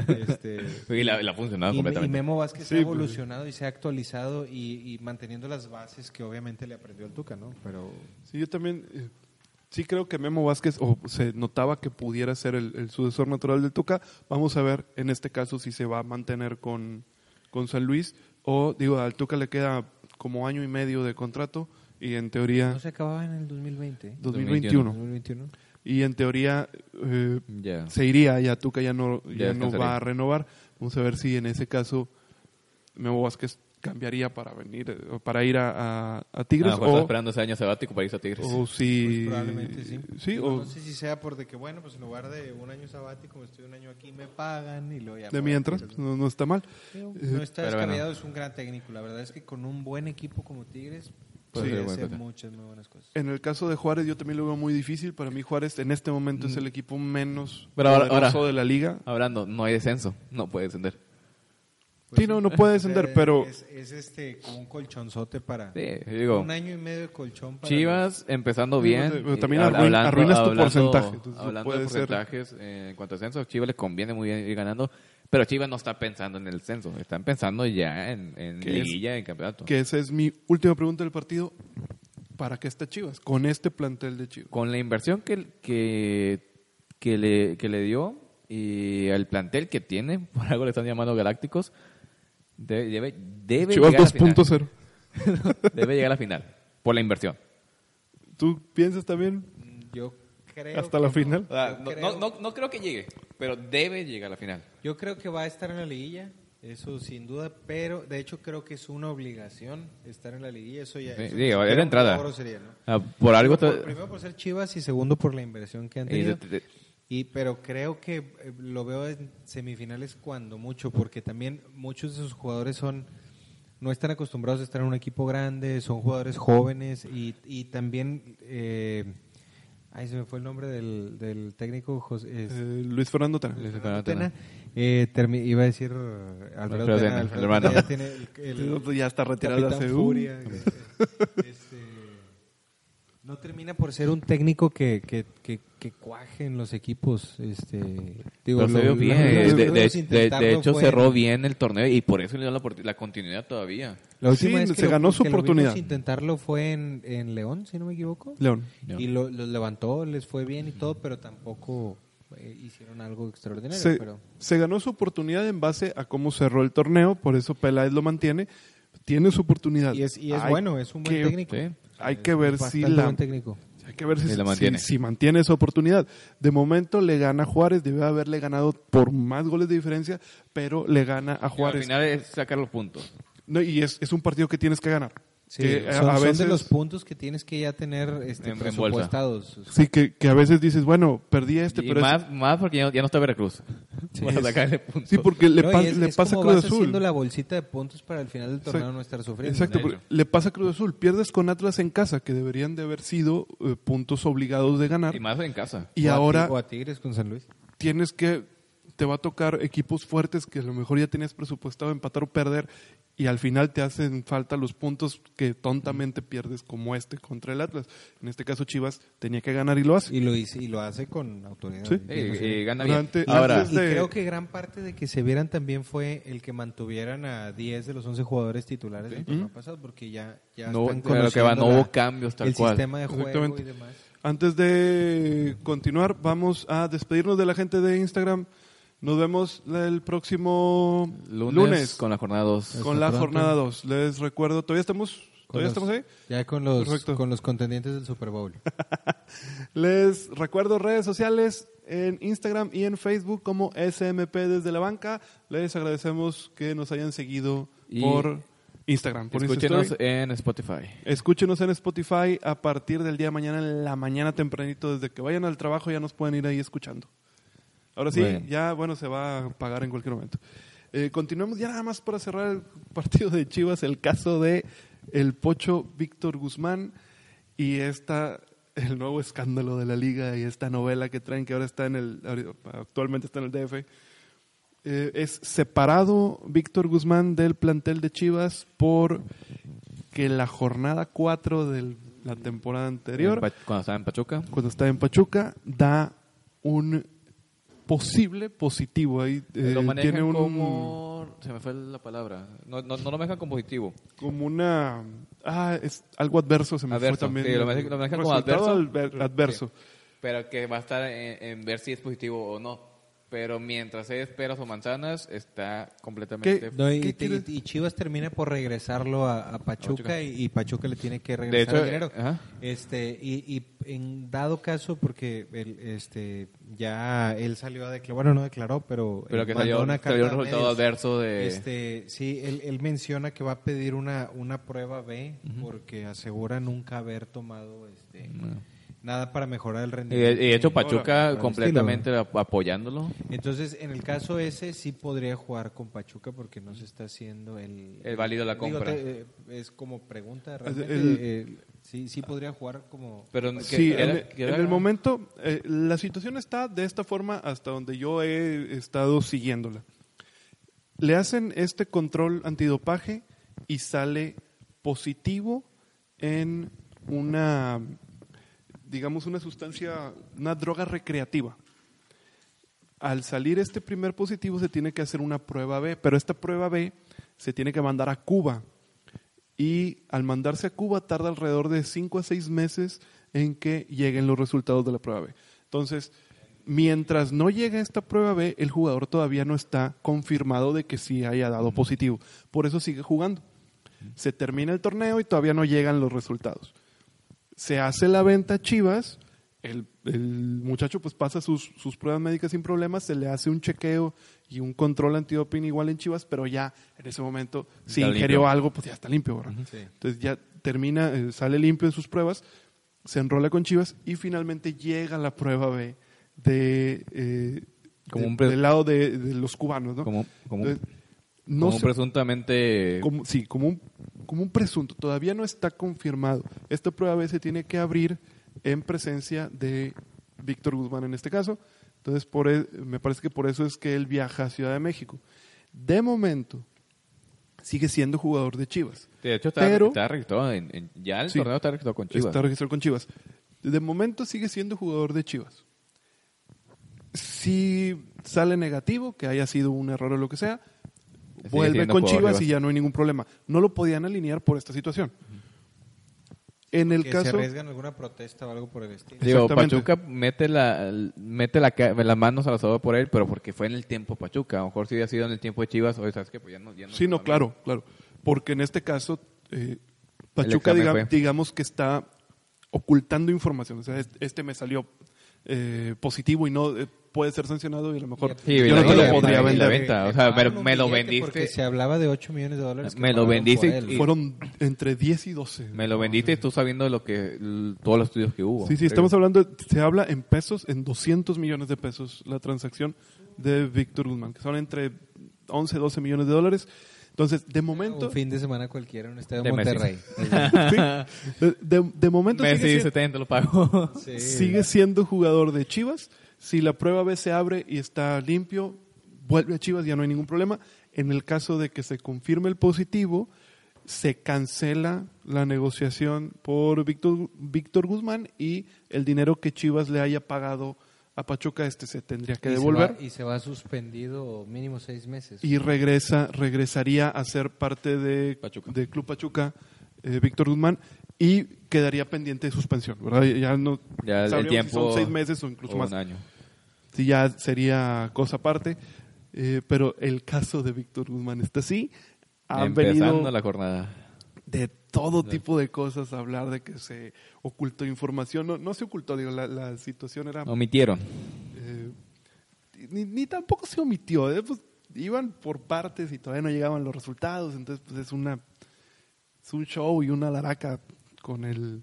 S5: Y la ha funcionado completamente.
S4: Y Memo Vázquez ha evolucionado y se ha actualizado y manteniendo las bases que obviamente le aprendió el Tuca, ¿no? Pero
S3: sí, yo también sí creo que Memo Vázquez se notaba que pudiera ser el sucesor natural del Tuca. Vamos a ver en este caso si se va a mantener con San Luis o, al Tuca le queda como año y medio de contrato y en teoría...
S4: ¿No se acababa en el 2020?
S3: 2021. Y en teoría se iría, ya Tuca ya no va a renovar. Vamos a ver si en ese caso Memo Vázquez cambiaría para ir a Tigres.
S5: Está esperando ese año sabático para irse a Tigres.
S3: O si...
S4: Pues probablemente sí.
S3: O,
S4: no sé si sea por de que, bueno, pues en lugar de un año sabático, estoy un año aquí, me pagan y luego ya...
S3: De mientras, no está mal.
S4: No está descabellado, es un gran técnico. La verdad es que con un buen equipo como Tigres puede hacer muchas muy buenas cosas.
S3: En el caso de Juárez yo también lo veo muy difícil. Para mí Juárez en este momento es el equipo menos
S5: poderoso
S3: ahora, de la liga.
S5: Hablando, no hay descenso, no puede descender.
S3: Pues sí, no puede descender, pero...
S4: Es como un colchonzote para...
S5: Sí, digo...
S4: Un año y medio de colchón para...
S5: Chivas empezando bien.
S3: Pero también arruinas tu porcentaje.
S5: Hablando de porcentajes, en cuanto a descenso, Chivas le conviene muy bien ir ganando, pero Chivas no está pensando en el descenso, están pensando ya en liguilla, en campeonato.
S3: Que esa es mi última pregunta del partido. ¿Para qué está Chivas? Con este plantel de Chivas.
S5: Con la inversión que le dio y el plantel que tiene, por algo le están llamando Galácticos, debe
S3: Chivas
S5: llegar a la final.
S3: 2.0.
S5: Debe llegar a la final, por la inversión.
S3: ¿Tú piensas también?
S4: Yo creo
S3: ¿Hasta la final?
S5: No creo que llegue, pero debe llegar a la final.
S4: Yo creo que va a estar en la liguilla, eso sin duda, pero de hecho creo que es una obligación estar en la liguilla. Eso ya es
S5: de entrada.
S4: Sería, ¿no?
S5: Por algo
S4: primero por ser Chivas y segundo por la inversión que han tenido. Pero creo que lo veo en semifinales cuando mucho, porque también muchos de sus jugadores no están acostumbrados a estar en un equipo grande, son jugadores jóvenes y también, se me fue el nombre del técnico,
S3: Luis Fernando Tena.
S4: Iba a decir Alfredo Tena.
S3: Ya está retirado hace
S4: Furia. No termina por ser un técnico que cuaje en los equipos.
S5: Pero se vio bien. De hecho, cerró bien el torneo y por eso le dio la continuidad todavía.
S3: La última vez que se ganó su oportunidad.
S4: Intentarlo fue en León, si no me equivoco.
S3: León.
S4: Y los levantó, les fue bien y todo, pero tampoco hicieron algo extraordinario.
S3: Se ganó su oportunidad en base a cómo cerró el torneo, por eso Peláez lo mantiene. Tiene su oportunidad.
S4: Y es bueno, es un buen técnico.
S5: Sí.
S3: Hay que ver si mantiene esa oportunidad. De momento le gana a Juárez, debe haberle ganado por más goles de diferencia, pero le gana a Juárez.
S5: Al final es sacar los puntos.
S3: No, y es un partido que tienes que ganar.
S4: Sí, son de los puntos que tienes que ya tener presupuestados.
S3: Sí, que a veces dices, bueno, perdí pero...
S5: Más porque ya no está Veracruz.
S3: Sí,
S5: para sacarle puntos.
S3: Sí, porque le pasa a Cruz
S4: vas
S3: Azul.
S4: haciendo la bolsita de puntos para al final del torneo no estar sufriendo.
S3: Exacto, le pasa a Cruz Azul. Pierdes con Atlas en casa, que deberían de haber sido puntos obligados de ganar.
S5: Y más en casa.
S3: Y ahora...
S4: O a Tigres con San Luis.
S3: Tienes que te va a tocar equipos fuertes que a lo mejor ya tenías presupuestado empatar o perder y al final te hacen falta los puntos que tontamente pierdes como contra el Atlas. En este caso Chivas tenía que ganar y lo hace.
S4: Y lo hace con autoridad.
S3: Sí.
S5: Y gana bien.
S3: Ahora,
S4: Y creo que gran parte de que se vieran también fue el que mantuvieran a 10 de los 11 jugadores titulares del torneo pasado, porque ya
S5: No,
S4: están
S5: pero que no hubo cambios tal
S4: el
S5: cual.
S4: sistema de juego
S3: Exactamente.
S4: y demás.
S3: Antes de continuar, vamos a despedirnos de la gente de Instagram. Nos vemos el próximo lunes
S5: con la jornada 2.
S3: con
S4: Hasta
S3: la
S4: pronto.
S3: jornada 2. Les recuerdo, ¿todavía estamos ahí?
S4: Ya con
S3: Perfecto.
S4: los contendientes del Super Bowl.
S3: Les recuerdo redes sociales en Instagram y en Facebook como SMP desde la banca. Les agradecemos que nos hayan seguido
S5: Y
S3: por Instagram. Por
S5: Escúchenos
S3: Instastory.
S5: en Spotify.
S3: Escúchenos en Spotify a partir del día de mañana, en la mañana tempranito. Desde que vayan al trabajo ya nos pueden ir ahí escuchando. Ahora sí,
S5: Bueno.
S3: ya se va a pagar en cualquier momento. Continuamos ya nada más para cerrar el partido de Chivas, el caso de el Pocho Víctor Guzmán y el nuevo escándalo de la liga y esta novela que traen que ahora está actualmente está en el DF. Es separado Víctor Guzmán del plantel de Chivas por que la jornada 4 de la temporada anterior,
S5: Cuando estaba en Pachuca.
S3: cuando estaba en Pachuca, da un posible positivo. Ahí
S5: Lo manejan
S3: tiene
S5: como... Se me fue la palabra. No lo manejan como positivo.
S3: como una... es algo adverso, se me
S5: Adverso,
S3: fue también.
S5: sí, lo manejan como
S3: Resultado
S5: adverso.
S3: adverso.
S5: Pero que va a estar en ver si es positivo o no. Pero mientras es peras o manzanas, está completamente...
S4: No,
S3: ¿Qué quieres?
S4: y Chivas termina por regresarlo a Pachuca,
S5: Pachuca.
S4: y Pachuca le tiene que
S5: De
S4: regresar
S5: hecho,
S4: el dinero.
S5: ajá.
S4: Y en dado caso, porque ya él salió a declarar, bueno, no declaró, pero
S5: Pero que
S4: mandó
S5: salió
S4: una
S5: un
S4: carta a
S5: resultado
S4: medios.
S5: adverso de...
S4: Sí, él menciona que va a pedir una prueba B porque asegura nunca haber tomado nada para mejorar el
S5: Y
S4: rendimiento.
S5: de hecho,
S4: Por
S5: Pachuca
S4: el
S5: completamente apoyándolo.
S4: Entonces, en el caso ese, sí podría jugar con Pachuca porque no se está haciendo el
S5: válido la compra.
S4: Es como pregunta, realmente. Sí podría jugar como...
S5: Pero
S3: Sí, en el momento, la situación está de esta forma hasta donde yo he estado siguiéndola. Le hacen este control antidopaje y sale positivo en una sustancia, una droga recreativa. Al salir este primer positivo se tiene que hacer una prueba B, pero esta prueba B se tiene que mandar a Cuba. Y al mandarse a Cuba tarda alrededor de 5 a 6 meses en que lleguen los resultados de la prueba B. Entonces, mientras no llegue esta prueba B, el jugador todavía no está confirmado de que sí haya dado positivo. Por eso sigue jugando. Se termina el torneo y todavía no llegan los resultados. Se hace la venta a Chivas, el muchacho pues pasa sus pruebas médicas sin problemas, se le hace un chequeo y un control antidoping igual en Chivas, pero ya en ese momento, si
S5: Está
S3: ingirió
S5: limpio.
S3: algo, pues ya está limpio, ¿verdad?
S4: Sí.
S3: Entonces ya termina, sale limpio en sus pruebas, se enrola con Chivas y finalmente llega la prueba B del lado de los cubanos, ¿no?
S5: Como
S3: Entonces, no
S5: como
S3: se-
S5: presuntamente...
S3: como un presunto, todavía no está confirmado. Esta prueba B se tiene que abrir en presencia de Víctor Guzmán en este caso. Entonces, me parece que por eso es que él viaja a Ciudad de México. De momento, sigue siendo jugador de Chivas.
S5: De hecho,
S3: Pero-
S5: está registrado ya el
S3: Sí.
S5: torneo está registrado con Chivas.
S3: Está registrado con Chivas. De momento sigue siendo jugador de Chivas. Si sale negativo, que haya sido un error o lo que sea,
S5: Sigue
S3: vuelve
S5: siendo
S3: con
S5: jugador
S3: Chivas
S5: de
S3: y ya no hay ningún problema. No lo podían alinear por esta situación. En el
S4: que se
S3: caso...
S4: arriesgan alguna protesta o algo por el estilo.
S5: Digo,
S3: Exactamente.
S5: Pachuca mete las manos al asador por él, pero porque fue en el tiempo Pachuca. A lo mejor si hubiera sido en el tiempo de Chivas, oye, ¿sabes qué? Pues ya no
S3: Sí, no, claro. Porque en este caso, Pachuca,
S5: examen fue.
S3: digamos que está ocultando información. O sea, este me salió positivo y no puede ser sancionado y a lo mejor
S5: Sí,
S3: yo no te lo podría
S5: y la
S3: vender.
S5: venta. O sea,
S4: Pagaron un
S5: me lo
S4: billete
S5: vendiste.
S4: Porque se hablaba de $8 millones que
S5: Me lo
S4: pagaron
S5: vendiste
S4: por él.
S5: y-
S3: Fueron entre 10 y 12.
S5: Me lo vendiste tú sabiendo de todos los estudios que hubo.
S3: Sí, estamos hablando, se habla en pesos, en 200 millones de pesos la transacción de Víctor Guzmán, que son entre 11 y 12 millones de dólares. Entonces, de momento...
S4: Un fin de semana cualquiera en un estadio
S5: De
S4: de
S5: Messi.
S4: Monterrey.
S3: Sí, de momento
S5: Messi 70 lo pagó.
S4: Sí.
S3: sigue siendo jugador de Chivas. Si la prueba B se abre y está limpio, vuelve a Chivas, ya no hay ningún problema. En el caso de que se confirme el positivo, se cancela la negociación por Víctor Guzmán y el dinero que Chivas le haya pagado a Pachuca se tendría que devolver.
S4: Y se va suspendido mínimo 6 meses.
S3: Y regresaría a ser parte de Club Pachuca, Víctor Guzmán, y quedaría pendiente de suspensión, ¿verdad?
S5: Ya el tiempo,
S3: si son 6 meses o incluso más.
S5: Un año.
S3: Sí, ya sería cosa aparte. Pero el caso de Víctor Guzmán está así. Han
S5: Empezando
S3: venido
S5: la jornada.
S3: de todo tipo de cosas a hablar de que se ocultó información. No se ocultó, digo, la situación era...
S5: Omitieron.
S3: Ni tampoco se omitió. Pues, iban por partes y todavía no llegaban los resultados. Entonces, pues es un show y una laraca con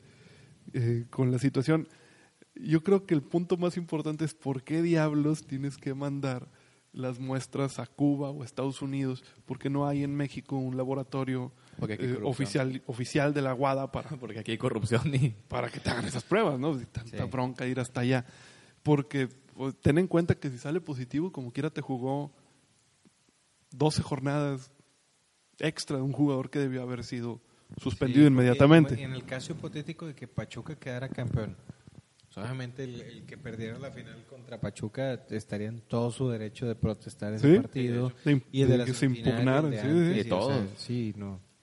S3: la situación. Yo creo que el punto más importante es por qué diablos tienes que mandar las muestras a Cuba o Estados Unidos, porque no hay en México un laboratorio oficial de la WADA
S5: porque aquí hay corrupción
S3: para que te hagan esas pruebas, ¿no? Tanta bronca ir hasta allá. Porque pues, ten en cuenta que si sale positivo, como quiera te jugó 12 jornadas extra de un jugador que debió haber sido suspendido inmediatamente.
S4: En el caso hipotético de que Pachuca quedara campeón, obviamente el que perdiera la final contra Pachuca estaría en todo su derecho de protestar ese partido y de las
S3: que se impugnaran,
S4: de
S5: todo.
S4: Si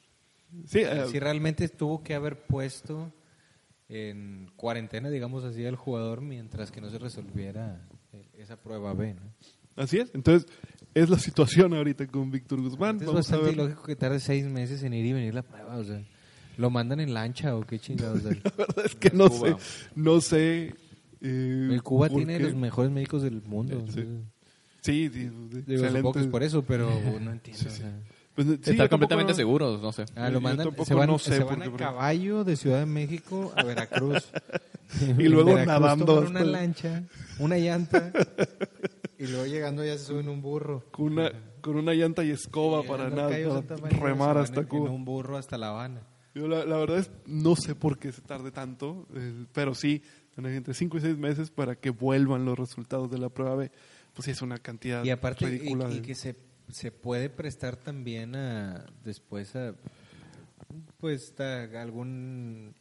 S4: realmente tuvo que haber puesto en cuarentena, digamos así, al jugador mientras que no se resolviera esa prueba B, ¿no?
S3: Así es. Entonces, es la situación ahorita con Víctor Guzmán.
S4: Es bastante ilógico que tarde 6 meses en ir y venir la prueba, o sea... ¿Lo mandan en lancha o qué chingados?
S3: La verdad es que no sé.
S4: El Cuba tiene los mejores médicos del mundo.
S3: Sí,
S4: supongo que es por eso, pero no entiendo.
S3: Sí.
S4: O sea.
S5: Pues, Estar completamente seguros, no sé.
S4: Lo mandan, se van a caballo de Ciudad de México a Veracruz.
S3: Y luego
S4: Veracruz
S3: nadando.
S4: Toman una lancha, una llanta, y luego llegando ya se suben un burro.
S3: Con una llanta y escoba para remar hasta Cuba.
S4: En un burro hasta La Habana.
S3: Yo la verdad es, no sé por qué se tarde tanto, pero sí, entre 5 y 6 meses para que vuelvan los resultados de la prueba B. Pues sí, es una cantidad
S4: y aparte,
S3: ridícula.
S4: Y que se puede prestar también después a pues algún,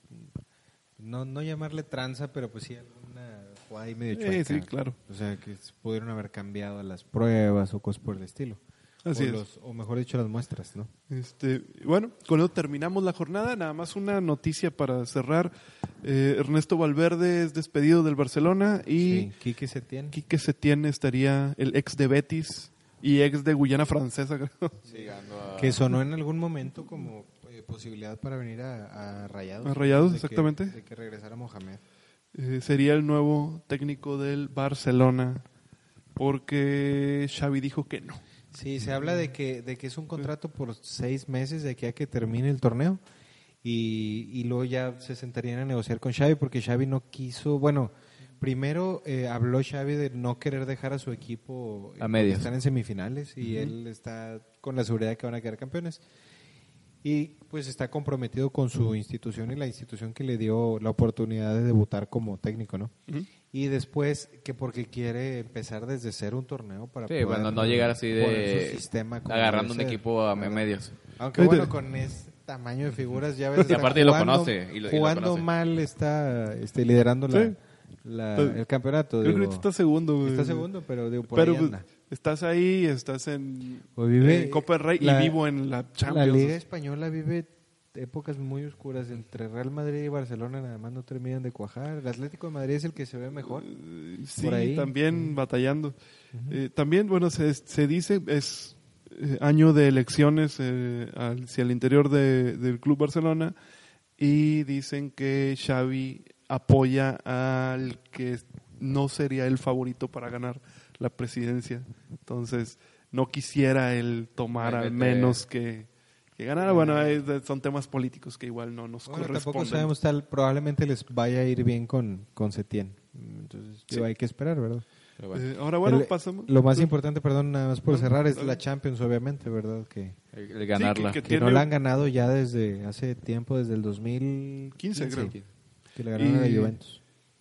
S4: no llamarle tranza, pero pues sí alguna jugada ahí medio chueca.
S3: Sí, claro.
S4: O sea, que pudieron haber cambiado las pruebas o cosas por el estilo.
S3: Así es.
S4: O mejor dicho, las muestras, ¿no?
S3: Bueno, con eso terminamos la jornada. Nada más una noticia para cerrar. Ernesto Valverde es despedido del Barcelona y
S4: Quique
S3: Setién estaría el ex de Betis y ex de Guyana Francesa, creo.
S4: Que sonó en algún momento como posibilidad para venir a Rayados.
S3: A Rayados, exactamente.
S4: De que regresara Mohamed.
S3: Sería el nuevo técnico del Barcelona porque Xavi dijo que no.
S4: Sí, se habla de que es un contrato por 6 meses de aquí a que termine el torneo y luego ya se sentarían a negociar con Xavi porque Xavi no quiso, bueno, primero habló Xavi de no querer dejar a su equipo
S5: a medias.
S4: Están en semifinales y él está con la seguridad de que van a quedar campeones y pues está comprometido con su institución y la institución que le dio la oportunidad de debutar como técnico, ¿no? Y después que porque quiere empezar desde cero un torneo para
S5: poder no llegar así de
S4: sistema
S5: agarrando un equipo a medios.
S4: Aunque bueno, con ese tamaño de figuras ya ves,
S5: y aparte lo conoce
S4: jugando mal está liderando el campeonato.
S3: Creo que ahorita está segundo.
S4: Está segundo, pero digo, por ahí anda.
S3: Estás ahí, estás en Copa del Rey y vivo en la Champions.
S4: La Liga Española vive épocas muy oscuras entre Real Madrid y Barcelona, nada más no terminan de cuajar. El Atlético de Madrid es el que se ve mejor.
S3: Sí, por ahí. También batallando. También, bueno, se dice, es año de elecciones hacia el interior del Club Barcelona y dicen que Xavi apoya al que no sería el favorito para ganar la presidencia. Entonces, no quisiera él tomar al menos que ganara. Bueno, son temas políticos que igual no nos corresponden.
S4: Tampoco sabemos probablemente les vaya a ir bien con Setién. Entonces, hay que esperar, ¿verdad?
S3: Ahora, bueno, pasamos.
S4: Lo más importante, perdón, nada más por cerrar, es la Champions, obviamente, ¿verdad?
S5: El ganarla.
S4: Que no la han ganado ya desde hace tiempo, desde el 2015, creo. Que le ganaron a la Juventus.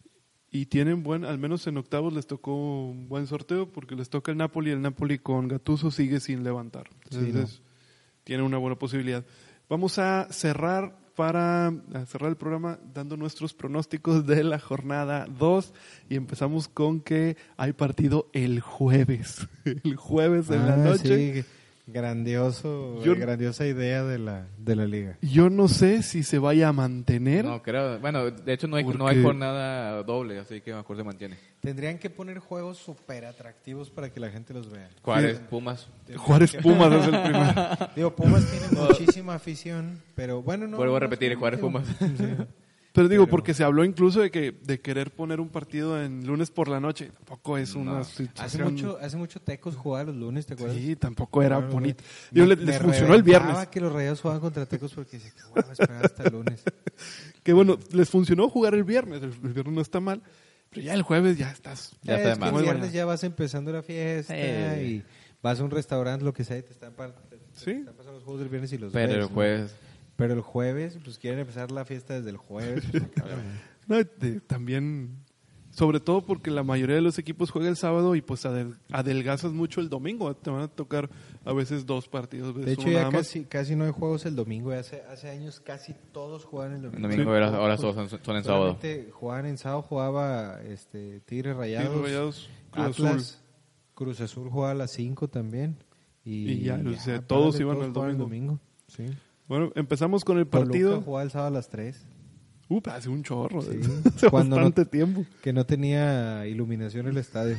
S3: Y tienen al menos en octavos les tocó un buen sorteo porque les toca el Napoli con Gattuso sigue sin levantar. Entonces, tienen una buena posibilidad. Vamos a cerrar el programa dando nuestros pronósticos de la jornada 2 y empezamos con que hay partido el jueves. El jueves en la noche.
S4: Sí. Grandiosa idea de la liga.
S3: Yo no sé si se vaya a mantener.
S5: No, creo. Bueno, de hecho no hay jornada doble, así que mejor se mantiene.
S4: Tendrían que poner juegos súper atractivos para que la gente los vea.
S5: Juárez, Pumas.
S3: Juárez Pumas es el primero.
S4: Digo, Pumas tiene muchísima afición, pero bueno, no.
S5: Vuelvo a repetir, Juárez, Pumas.
S3: Pero porque se habló incluso de querer poner un partido en lunes por la noche. Tampoco es una situación...
S4: Hace mucho Tecos jugaba los lunes, ¿te acuerdas?
S3: Sí, tampoco era bonito.
S4: Les
S3: funcionó el viernes.
S4: Que los Rayados jugaban contra Tecos porque dice que bueno, esperar hasta el lunes.
S3: Que bueno, les funcionó jugar el viernes. El viernes no está mal. Pero ya el jueves ya estás...
S5: Ya está de
S4: el
S5: más.
S4: viernes ya vas empezando la fiesta y vas a un restaurante, lo que sea, y te están pasando los juegos del viernes y los
S5: Pero
S4: ves,
S5: el jueves...
S4: Pero el jueves, pues quieren empezar la fiesta desde el jueves.
S3: También, sobre todo porque la mayoría de los equipos juega el sábado y pues adelgazas mucho el domingo. Te van a tocar a veces 2 partidos.
S4: De hecho, ya casi no hay juegos el domingo. Hace años casi todos juegan el domingo.
S5: El domingo ahora son en sábado.
S4: Jugaban en sábado, jugaba Tigres Rayados,
S3: Atlas,
S4: Cruz Azul jugaba a las 5 también. Y
S3: ya todos iban al domingo.
S4: Sí.
S3: Bueno, empezamos con el partido.
S4: Toluca jugaba el sábado a las 3.
S3: Hace un chorro.
S4: Sí.
S3: Hace bastante tiempo.
S4: Que no tenía iluminación el estadio.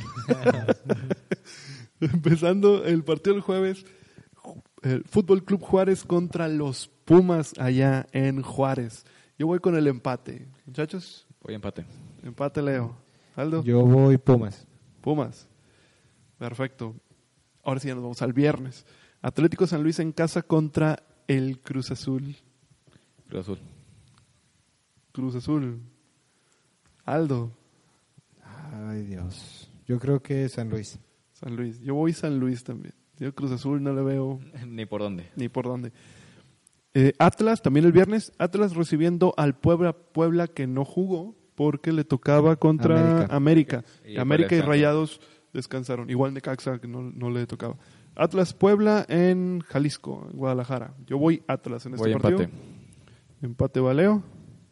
S3: Empezando el partido el jueves, el Fútbol Club Juárez contra los Pumas allá en Juárez. Yo voy con el empate. Muchachos.
S5: Voy empate.
S3: Empate, Leo. Aldo.
S4: Yo voy Pumas.
S3: Pumas. Perfecto. Ahora sí ya nos vamos al viernes. Atlético San Luis en casa contra el Cruz Azul.
S5: Cruz Azul.
S3: Cruz Azul. Aldo.
S4: Ay, Dios. Yo creo que San Luis.
S3: San Luis. Yo voy San Luis también. Yo Cruz Azul no le veo...
S5: Ni por dónde.
S3: Ni por dónde. Atlas, también el viernes. Atlas recibiendo al Puebla que no jugó porque le tocaba contra América. América y Rayados descansaron. Igual Necaxa que no le tocaba. Atlas Puebla en Jalisco, en Guadalajara. Yo voy Atlas en este partido. Empate Valeo.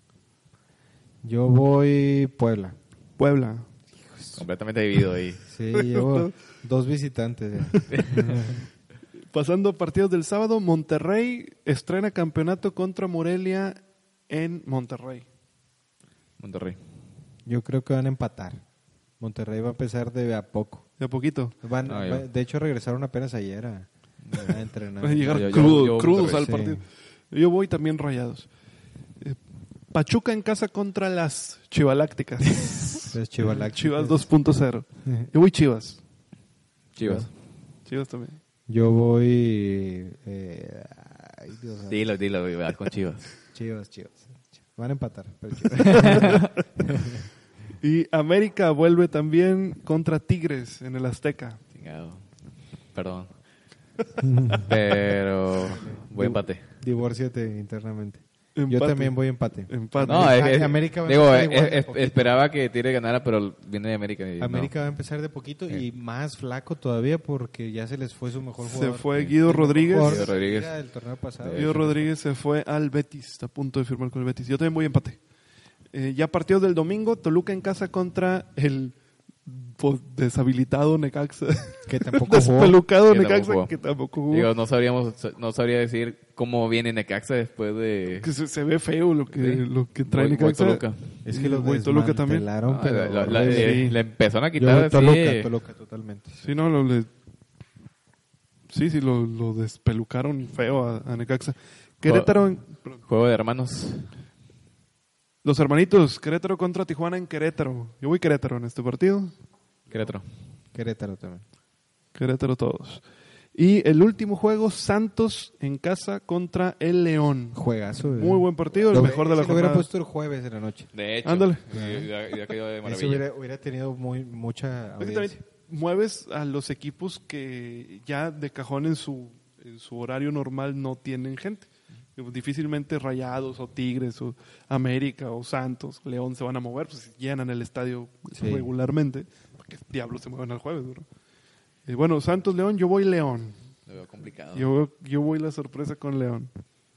S4: Yo voy Puebla.
S5: Completamente dividido ahí.
S4: Sí, llevo 2 visitantes.
S3: Pasando a partidos del sábado, Monterrey estrena campeonato contra Morelia en Monterrey.
S4: Yo creo que van a empatar. Monterrey va a empezar de a poco.
S3: De a poquito.
S4: De hecho, regresaron apenas ayer a entrenar.
S3: Van a llegar
S5: yo
S3: crudos al
S4: sí.
S3: partido. Yo voy también Rayados. Pachuca en casa contra las Chivalácticas. Chivas 2.0. Yo voy Chivas.
S5: Chivas
S3: también.
S4: Yo voy... ay, Dios.
S5: Dilo, vas con Chivas.
S4: Chivas. Van a empatar. Pero Chivas.
S3: Y América vuelve también contra Tigres en el Azteca.
S5: Chingado. Perdón. Pero voy empate.
S4: Divórciate internamente.
S3: Empate.
S4: Yo también voy empate.
S3: Empate.
S5: No,
S4: América va a empezar igual de poquito.
S5: esperaba que Tigre ganara, pero viene de América.
S4: América va a empezar de poquito y más flaco todavía porque ya se les fue su mejor jugador.
S3: Se fue Guido Rodríguez.
S5: Guido Rodríguez.
S4: El torneo pasado.
S3: Guido Rodríguez se fue al Betis. Está a punto de firmar con el Betis. Yo también voy empate. Ya partidos del domingo, Toluca en casa contra el deshabilitado Necaxa.
S4: Que tampoco
S3: Despelucado
S5: Que
S3: Necaxa
S5: tampoco
S3: que tampoco jugó.
S5: Digo, no sabría decir cómo viene Necaxa después de...
S3: Que se ve feo lo que trae
S5: Voy
S3: Necaxa.
S5: Toluca.
S4: Es que lo
S3: voy Toluca también.
S4: desmantelaron, pero...
S5: Le empezaron a
S4: Yo
S5: quitar
S4: Toluca, totalmente.
S3: Sí, no, lo despelucaron feo a Necaxa. Querétaro,
S5: Juego de hermanos.
S3: los hermanitos, Querétaro contra Tijuana en Querétaro. Yo voy Querétaro en este partido.
S4: Querétaro también.
S3: Querétaro todos. Y el último juego, Santos en casa contra el León.
S4: Juegazo.
S3: Muy buen partido, el mejor de la
S4: Lo hubiera
S3: jornada.
S4: puesto el jueves en la noche.
S5: De hecho.
S3: Ándale.
S5: Ya quedó de
S4: Eso
S5: maravilla.
S4: hubiera tenido mucha audiencia.
S3: Exactamente. Mueves a los equipos que ya de cajón en su horario normal no tienen gente. Difícilmente Rayados o Tigres o América o Santos, León se van a mover, pues llenan el estadio regularmente. ¿Para qué diablos se mueven al jueves, bro? Bueno, Santos, León, yo voy León.
S5: Lo veo complicado.
S3: Yo voy la sorpresa con León.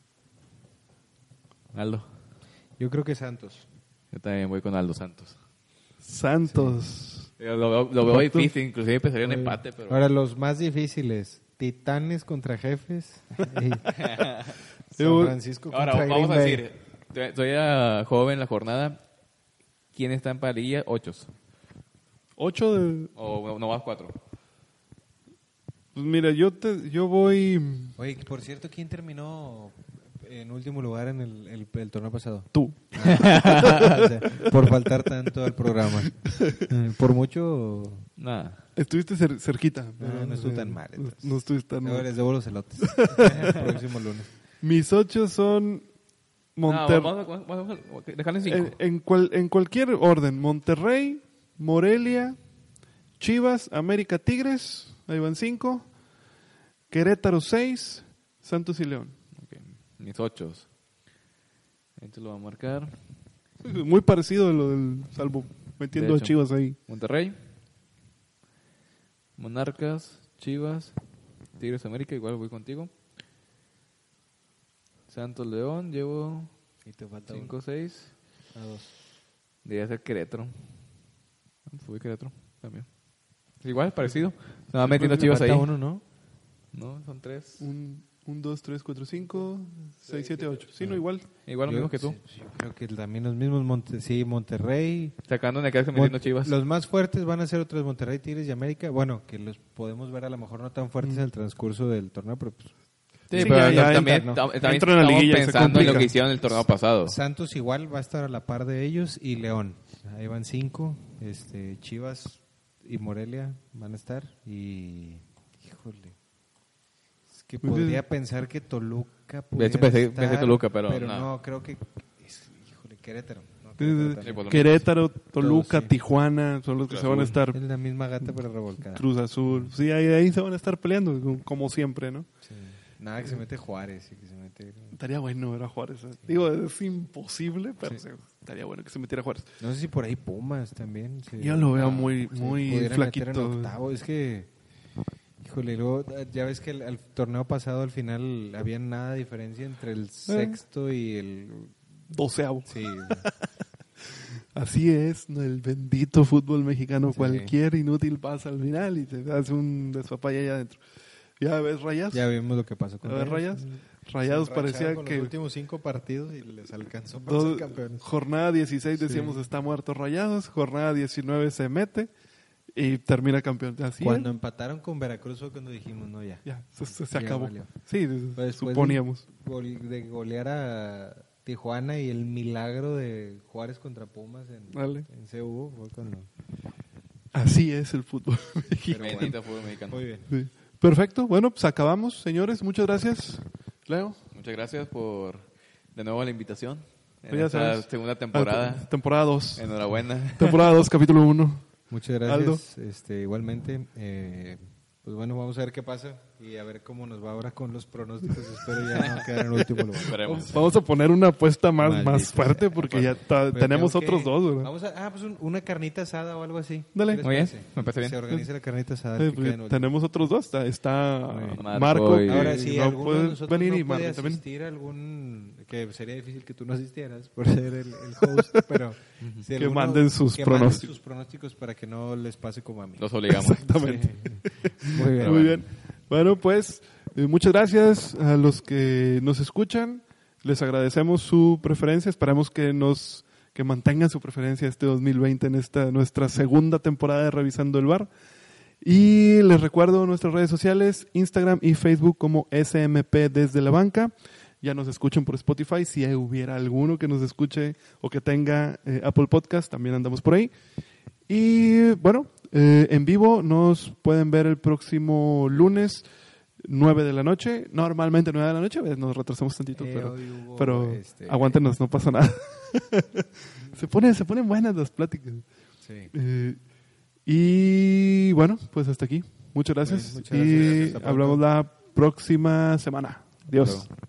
S5: Aldo.
S4: Yo creo que Santos.
S5: Yo también voy con Aldo Santos.
S3: Santos.
S5: Lo veo difícil, inclusive empezaría un empate, pero...
S4: Ahora, los más difíciles. Titanes contra Jefes. Y San Francisco
S5: ahora,
S4: contra
S5: vamos
S4: Green
S5: a
S4: Bay.
S5: decir, soy joven la jornada. ¿Quién está en parilla? 8.
S3: 8 de...
S5: ¿O no vas 4?
S3: Pues mira, yo voy...
S4: Oye, por cierto, ¿quién terminó en último lugar en el torneo pasado?
S3: Tú.
S4: O sea, por faltar tanto al programa. Por mucho...
S5: Nada.
S3: Estuviste cerquita.
S4: No estuve tan mal. Entonces.
S3: No estuviste tan
S4: Luego
S3: mal.
S4: les debo los elotes. El próximo lunes.
S3: Mis 8 son... Monterrey.
S5: Vamos a dejarle en 5.
S3: En cualquier orden. Monterrey, Morelia, Chivas, América, Tigres. Ahí van 5. Querétaro 6. Santos y León.
S5: Okay. Mis 8. Esto lo va a marcar.
S3: Muy parecido a lo del salvo. Metiendo
S5: De
S3: a
S5: hecho.
S3: Chivas ahí.
S5: Monterrey, Monarcas, Chivas, Tigres América, igual voy contigo. Santos León, llevo
S4: Y te falta
S5: 5 o 6.
S4: a 2.
S5: Debería ser Querétaro. Voy Querétaro también. Igual, parecido. Se va metiendo Chivas ahí.
S4: Falta uno, ¿no?
S5: No, son 3.
S3: 1, 2, 3, 4, 5, 6, 7, 8. Sí, no, igual.
S5: Igual lo mismo que tú.
S4: Sí, yo creo que también los mismos. Monterrey.
S5: Sacando en el metiendo Chivas.
S4: Los más fuertes van a ser otros Monterrey, Tigres y América. Bueno, que los podemos ver a lo mejor no tan fuertes en el transcurso del torneo, pero pues,
S5: Sí,
S3: Sí,
S5: pero
S3: ya
S5: también,
S3: entran, ¿no?
S5: también
S3: Entran a la
S5: estamos
S3: liguilla y se
S5: pensando en lo
S3: complica.
S5: que hicieron el torneo pasado.
S4: Santos igual va a estar a la par de ellos y León. Ahí van 5. Chivas y Morelia van a estar. Y, híjole, es que podría pensar que Toluca
S5: De hecho,
S4: pudiera
S5: pensé
S4: estar,
S5: Toluca, pero no.
S4: no, creo que, híjole, Querétaro. No,
S5: Sí, por lo
S3: Querétaro, Toluca,
S4: sí.
S3: Tijuana, son los que
S5: Cruz
S3: se van a
S5: Azul.
S3: estar.
S4: Es la misma gata pero revolcada.
S3: Cruz Azul. Sí, ahí se van a estar peleando, como siempre, ¿no?
S4: Sí. Nada que se mete Juárez y que se mete...
S3: Estaría bueno ver a Juárez. Digo, es imposible, pero sí, estaría bueno que se metiera Juárez.
S4: No sé si por ahí Pumas también.
S3: Yo lo veo muy
S4: pudiera
S3: flaquito.
S4: meter en octavo. Es que, híjole, luego ya ves que el torneo pasado al final había nada de diferencia entre el sexto y el...
S3: 12avo.
S4: Sí,
S3: Así es, ¿no? El bendito fútbol mexicano.
S4: Sí.
S3: Cualquier inútil pasa al final y te hace un despapalle allá adentro. ¿Ya ves Rayas?
S4: ya vimos lo que pasó con
S3: ¿Ya ves
S4: ellos.
S3: Rayas? Rayados
S4: Se
S3: parecía
S4: enracharon con
S3: que
S4: los últimos 5 partidos y les alcanzó para ser campeones.
S3: jornada 16 decíamos está muerto Rayados, jornada 19 se mete y termina campeón. Así
S4: Cuando
S3: es.
S4: empataron con Veracruz fue cuando dijimos, no, ya.
S3: Ya, se
S4: Ya
S3: acabó.
S4: valió.
S3: Sí,
S4: Pero después
S3: suponíamos.
S4: de golear a Tijuana y el milagro de Juárez contra Pumas
S3: Dale.
S4: en CU fue cuando...
S3: Así es el fútbol mexicano.
S5: Bendito fútbol mexicano.
S4: Muy bien.
S3: Sí. Perfecto, bueno, pues acabamos, señores. Muchas gracias. Leo.
S5: Muchas gracias por de nuevo la invitación. En
S3: Ya
S5: esta
S3: sabes.
S5: segunda temporada.
S3: Temporada 2.
S5: Enhorabuena.
S3: Temporada 2, capítulo 1.
S4: Muchas gracias. Igualmente, pues bueno, vamos a ver qué pasa y a ver cómo nos va ahora con los pronósticos. Espero ya no quedar en último lugar.
S5: Esperemos.
S3: Vamos a poner una apuesta más
S4: Maldito
S3: fuerte
S4: sea.
S3: porque ya
S4: Pero
S3: tenemos
S4: tengo que-
S3: otros dos, ¿verdad?
S4: Vamos a, pues una carnita asada o algo así.
S3: Dale.
S4: ¿Qué les
S5: Muy bien,
S4: parece?
S5: me parece bien.
S4: Se organiza la carnita asada.
S3: Sí,
S4: que
S3: porque
S4: queda en último.
S3: tenemos otros dos. Está
S4: Muy bien.
S3: Marco.
S5: Marco y-
S4: Ahora, si
S3: no
S4: alguno de
S3: puede
S4: nosotros
S3: venir y
S4: no puede
S3: Marco también.
S4: asistir a algún... Que sería difícil que tú no asistieras por ser el host, pero... si
S3: Que
S4: alguno-
S3: manden sus
S4: que
S3: pronósticos.
S4: manden sus pronósticos para que no les pase como a mí.
S5: Los obligamos.
S3: Exactamente.
S4: Sí. Muy bien.
S3: Muy bien. Bueno, pues muchas gracias a los que nos escuchan. Les agradecemos su preferencia. Esperamos que mantengan su preferencia este 2020 en esta nuestra segunda temporada de Revisando el Bar. Y les recuerdo nuestras redes sociales, Instagram y Facebook como SMP Desde la Banca. Ya nos escuchen por Spotify. Si hubiera alguno que nos escuche o que tenga Apple Podcast, también andamos por ahí. Y bueno, en vivo nos pueden ver el próximo lunes 9 de la noche. Normalmente 9 de la noche, a veces nos retrasamos tantito,
S4: Hoy hubo,
S3: pero aguántenos, no pasa nada. se ponen buenas las pláticas.
S4: Sí.
S3: Y bueno, pues hasta aquí. Muchas gracias.
S4: Muchas gracias.
S3: Y
S4: Hasta pronto.
S3: hablamos la próxima semana. Adiós.
S5: Luego.